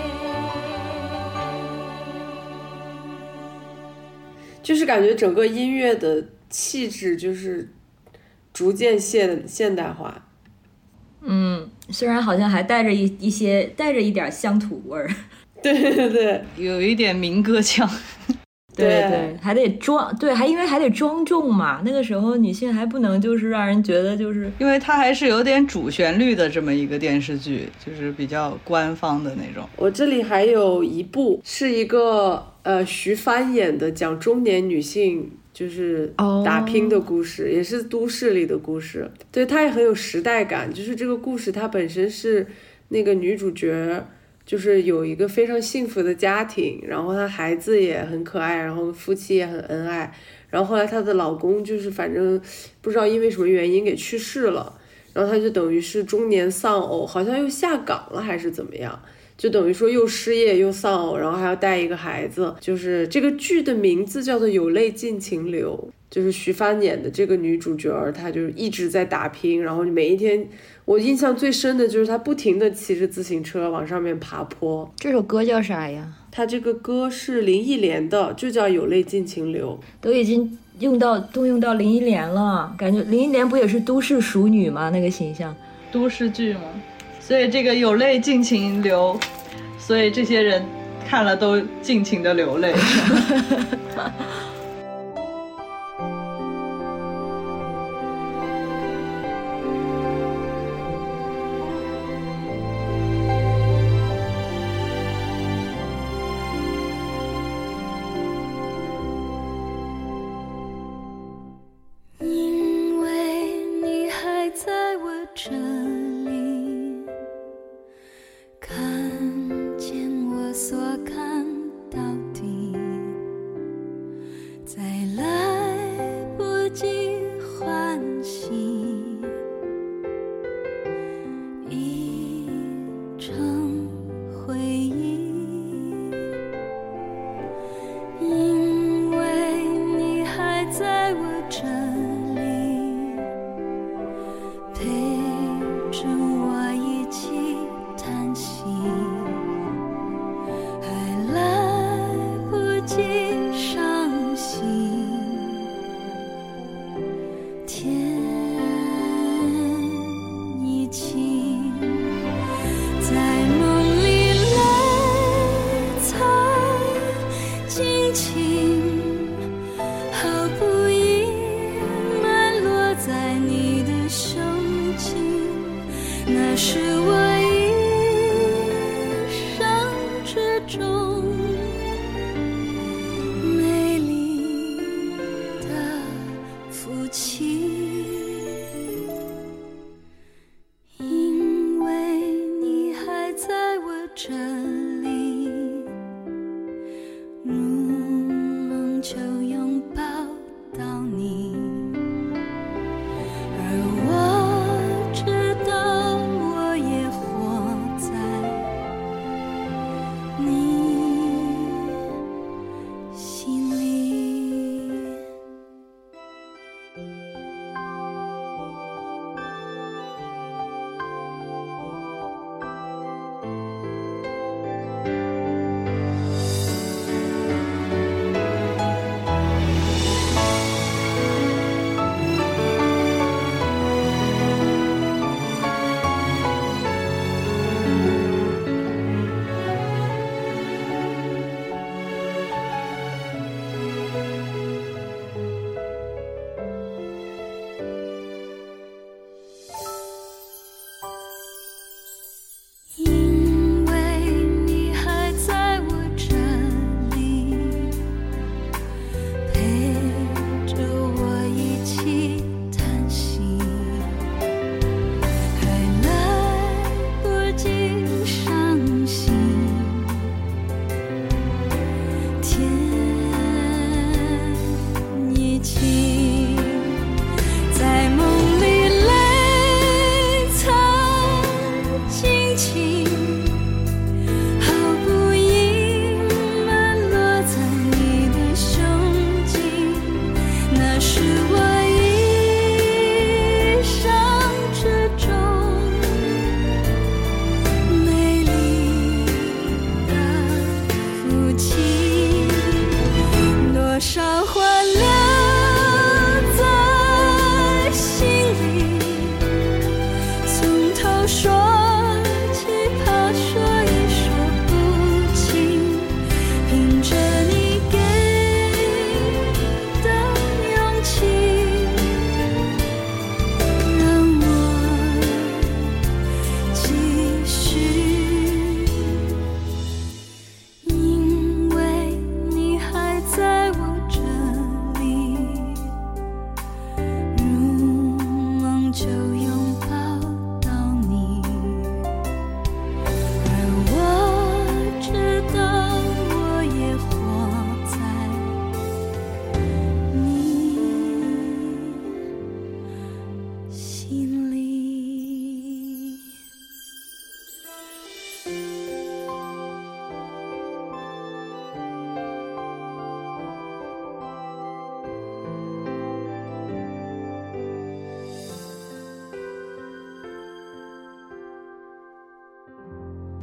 就是感觉整个音乐的气质就是逐渐现代化。 虽然好像还带着一点乡土味儿。 对对对， 有一点民歌腔。 对，还得庄，对，因为还得庄重嘛。那个时候女性还不能就是让人觉得就是因为它还是有点主旋律的这么一个电视剧，就是比较官方的那种。 我这里还有一部是一个徐帆演的，讲中年女性就是打拼的故事，也是都市里的故事。对，它也很有时代感，就是这个故事它本身是那个女主角就是有一个非常幸福的家庭，然后她孩子也很可爱，然后夫妻也很恩爱，然后后来她的老公就是反正不知道因为什么原因给去世了，然后她就等于是中年丧偶，好像又下岗了还是怎么样，就等于说又失业又丧偶，然后还要带一个孩子。就是这个剧的名字叫做《有泪尽情流》，就是徐帆演的这个女主角，她就是一直在打拼，然后每一天，我印象最深的就是她不停的骑着自行车往上面爬坡。 这首歌叫啥呀？ 她这个歌是林忆莲的，就叫《有泪尽情流》， 都已经动用到林忆莲了，感觉林忆莲不也是都市淑女吗？那个形象， 都市剧嘛，所以这个有泪尽情流，所以这些人看了都尽情的流泪。 因为你还在我这里，看见我所看到的，再来不及唤醒，已成回忆。因为你还在我这里，陪着我一起叹息，还来不及伤心，天已晴，在梦里泪才尽情，毫不隐瞒落在你的胸襟，那是我一生之中美丽的福气。因为你还在我这里，如梦就拥抱到你，而我知道我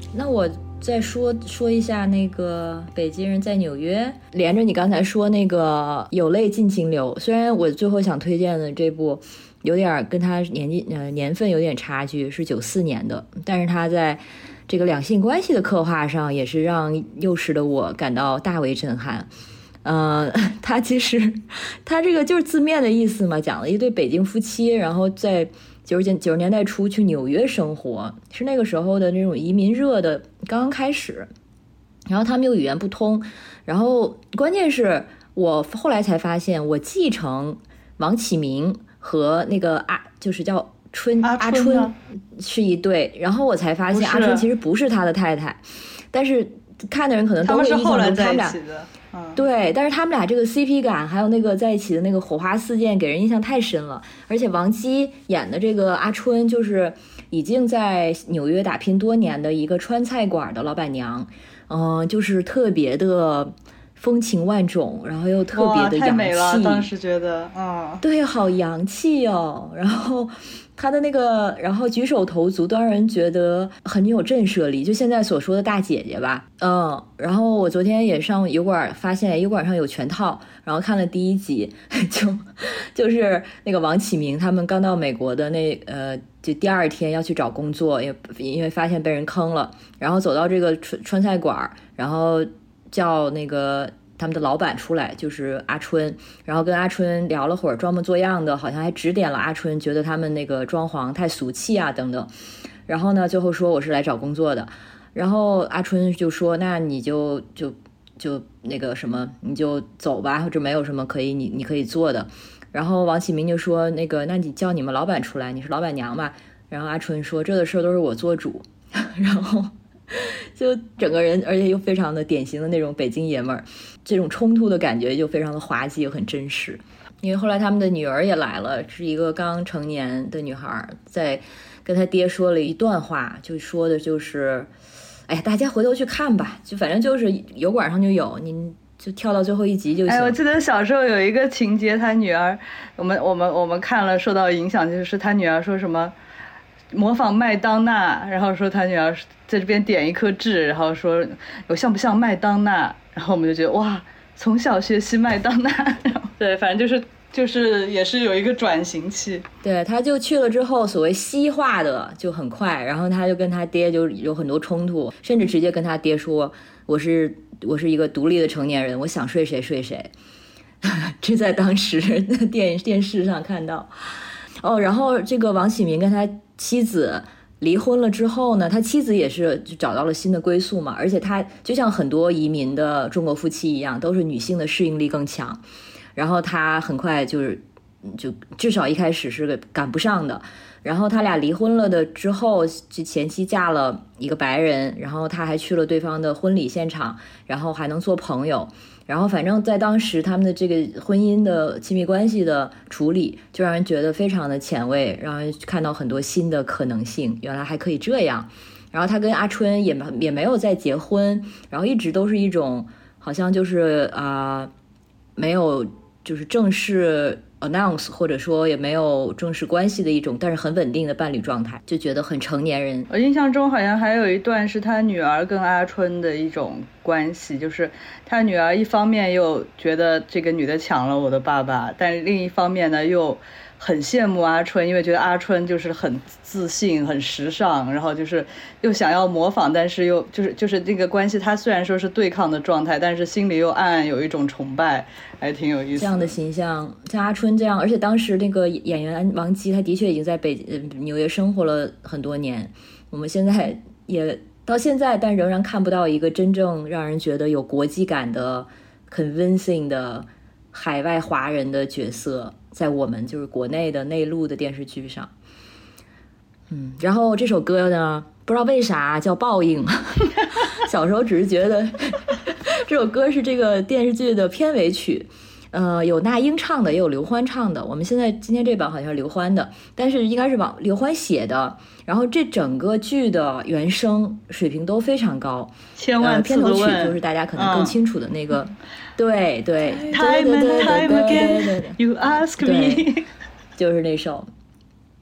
那我再说一下那个北京人在纽约，连着你刚才说那个有泪尽情流，虽然我最后想推荐的这部有点跟他年份有点差距，是94年的，但是他在这个两性关系的刻画上也是让幼时的我感到大为震撼。他其实他这个就是字面的意思嘛，讲了一对北京夫妻，然后在90年代初去纽约生活，是那个时候的那种移民热的刚刚开始，然后他们又语言不通，然后关键是我后来才发现，我继承王启明和那个就是叫阿春是一对，然后我才发现阿春其实不是他的太太，但是看的人可能都会印象中他们俩对，但是他们俩这个 CP 感还有那个在一起的那个火花四溅给人印象太深了，而且王姬演的这个阿春就是已经在纽约打拼多年的一个川菜馆的老板娘，就是特别的风情万种，然后又特别的洋气， 太美了，当时觉得对，好洋气哦，然后他的那个，然后举手投足都让人觉得很有震慑力，就现在所说的大姐姐吧。然后我昨天也上油管，发现油管上有全套，然后看了第1集，就是那个王启明他们刚到美国的就第2天要去找工作，也因为发现被人坑了，然后走到这个川菜馆，然后叫那个他们的老板出来，就是阿春，然后跟阿春聊了会儿，装模作样的，好像还指点了阿春，觉得他们那个装潢太俗气啊等等。然后呢，最后说我是来找工作的，然后阿春就说那你就那个什么，你就走吧，或者没有什么可以你可以做的。然后王启明就说那你叫你们老板出来，你是老板娘吧？然后阿春说这个事儿都是我做主，然后就整个人，而且又非常的典型的那种北京爷们儿，这种冲突的感觉就非常的滑稽又很真实。因为后来他们的女儿也来了，是一个刚成年的女孩，在跟他爹说了一段话，就说的就是哎呀，大家回头去看吧，就反正就是油管上就有，您就跳到最后1集就行。 我记得小时候有一个情节，他女儿我们看了受到影响，就是他女儿说什么模仿麦当娜，然后说他女儿在这边点一颗痣，然后说我像不像麦当娜，然后我们就觉得哇，从小学习麦当娜，对，反正就是也是有一个转型期。 对，他就去了之后，所谓西化的就很快，然后他就跟他爹就有很多冲突，甚至直接跟他爹说我是一个独立的成年人，我想睡谁睡谁。这在当时电视上看到。然后这个王启明跟他妻子离婚了之后呢，他妻子也是就找到了新的归宿嘛，而且他就像很多移民的中国夫妻一样，都是女性的适应力更强，然后他很快就至少一开始是赶不上的。然后他俩离婚了的之后，前妻嫁了一个白人，然后他还去了对方的婚礼现场，然后还能做朋友，然后反正在当时他们的这个婚姻的亲密关系的处理就让人觉得非常的前卫，让人看到很多新的可能性，原来还可以这样。然后他跟阿春也没有再结婚，然后一直都是一种好像就是没有就是正式announce 或者说也没有正式关系的一种，但是很稳定的伴侣状态，就觉得很成年人。 我印象中好像还有一段是他女儿跟阿春的一种关系，就是他女儿一方面又觉得这个女的抢了我的爸爸，但是另一方面呢又很羡慕阿春，因为觉得阿春就是很自信很时尚，然后就是又想要模仿，但是又就是这个关系他虽然说是对抗的状态，但是心里又暗暗有一种崇拜，还挺有意思的。 这样的形象像阿春这样，而且当时那个演员王姬他的确已经在纽约生活了很多年，我们现在也到现在但仍然看不到一个真正让人觉得有国际感的 convincing 的海外华人的角色在我们就是国内的内陆的电视剧上。然后这首歌呢不知道为啥叫报应小时候只是觉得这首歌是这个电视剧的片尾曲，有那英唱的也有刘欢唱的，我们现在今天这版好像是刘欢的，但是应该是刘欢写的，然后这整个剧的原声水平都非常高， 千万次的问， 片头曲就是大家可能更清楚的那个对 Time and time again You ask me 就是那首。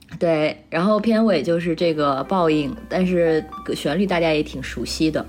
对，然后片尾就是这个报应，但是旋律大家也挺熟悉的。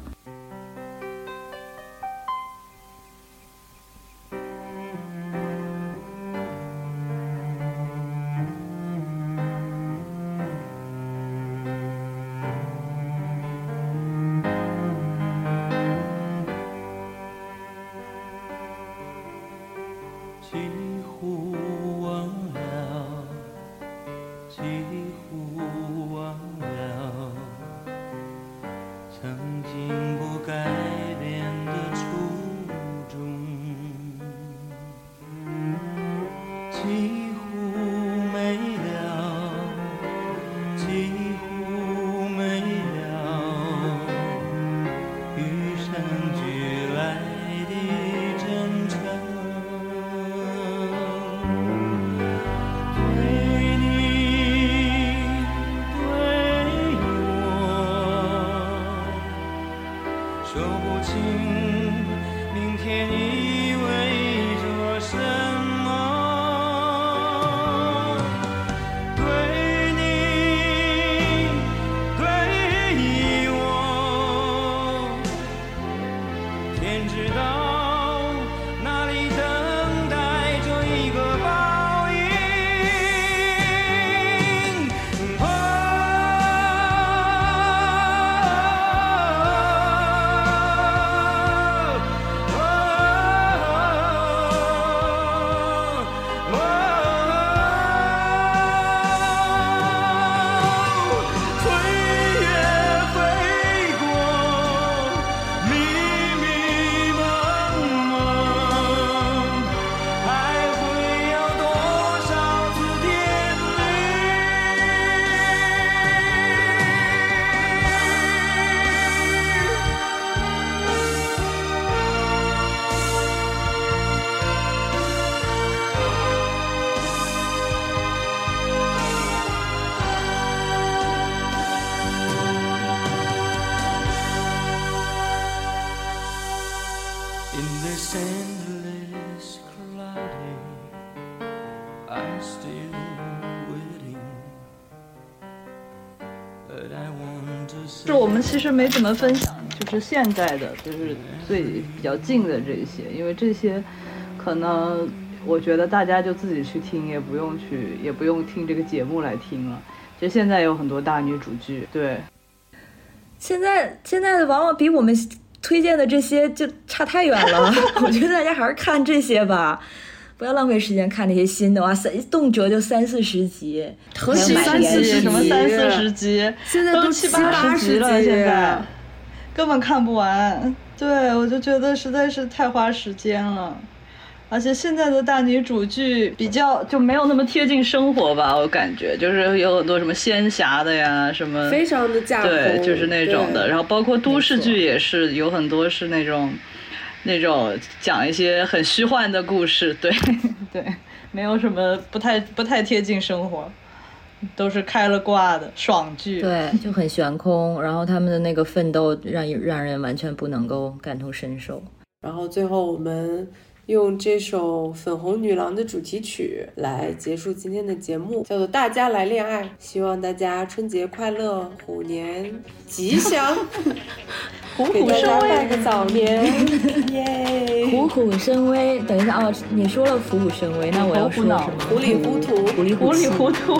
是我们其实没怎么分享，就是现在的，就是比较近的这些，因为这些可能我觉得大家就自己去听，也不用听这个节目来听了。就现在有很多大女主剧，对， 现在的往往比我们推荐的这些就差太远了。我觉得大家还是看这些吧。不要浪费时间看那些新的，哇，动辄就30-40集， 何止 30集，什么30-40集， 现在都 70-80集了，现在根本看不完。对，我就觉得实在是太花时间了，而且现在的大女主剧比较就没有那么贴近生活吧，我感觉就是有很多什么仙侠的呀，什么非常的架空， 对，就是那种的，然后包括都市剧也是有很多是那种讲一些很虚幻的故事，对对，没有什么不太贴近生活，都是开了挂的爽剧， 对，就很悬空，然后他们的那个奋斗让人完全不能够感同身受。 然后最后我们用这首粉红女郎的主题曲来结束今天的节目，叫做《大家来恋爱》，希望大家春节快乐，虎年吉祥，给大家拜个早年，耶！ 虎虎生威。等一下哦，你说了虎虎生威，那我要说什么？ 糊里糊涂， 糊里糊涂。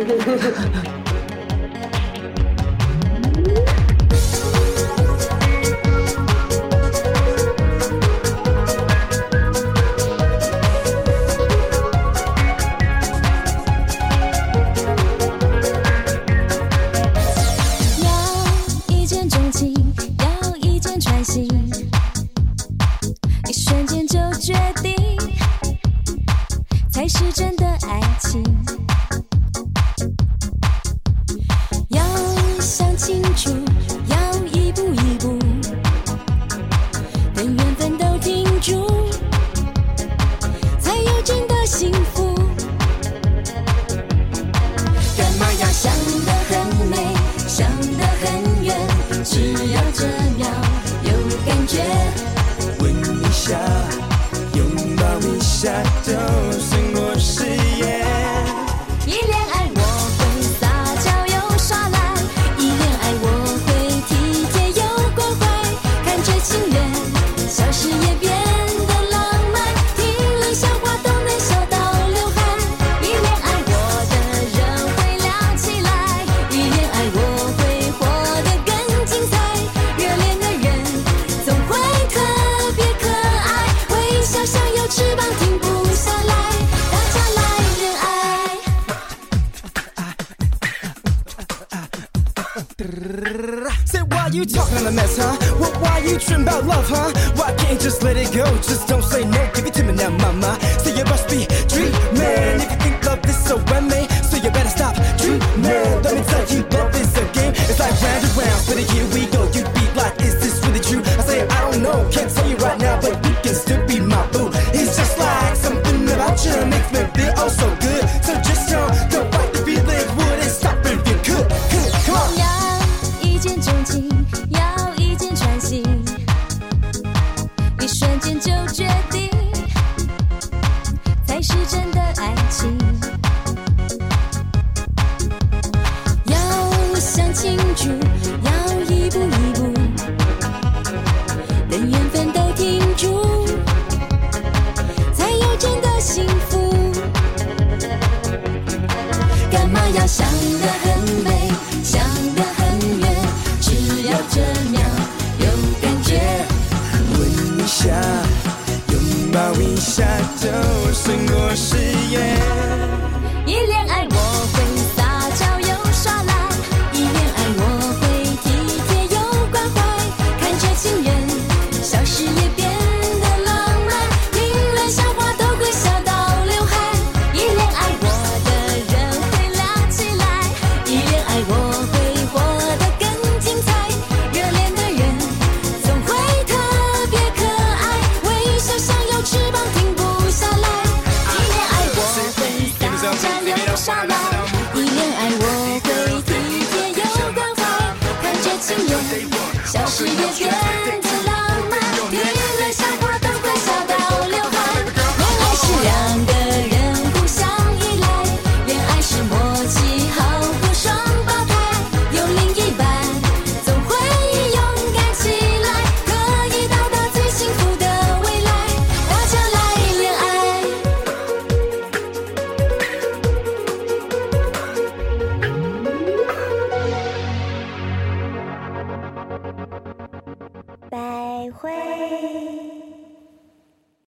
一瞬间就决定，才是真的爱情。要想清楚，要一步一步，等缘分都停住，才有真的幸福。干嘛要想得很美，想得很远，只要这秒有感觉。 吻一下，拥抱一下，就胜过誓言。 一恋爱我会 Say, why you talking on the mess, huh? Well, why you tripping about love, huh? Why can't you just let it go? Just don't say no, give it to me now, mama. So you must be dreaming if you think love is so unmade. So you better stop dreaming. Let me tell you, love is a game. It's like round and round, but here we go. You'd be like, is this really true? I say, I don't know, can't tell you right now, but you can still be my boo. It's just like something about you makes me feel oh so good. So just don't fight the feeling, wouldn't stop if you could. Come on. 一见钟情，要一见穿心，一瞬间就决定，才是真的爱情。要想清楚，要一步一步，等缘分都停住，才有真的幸福。干嘛要想得很美，想得很远？只要这秒有感觉， 吻一下，拥抱一下，就胜过誓言。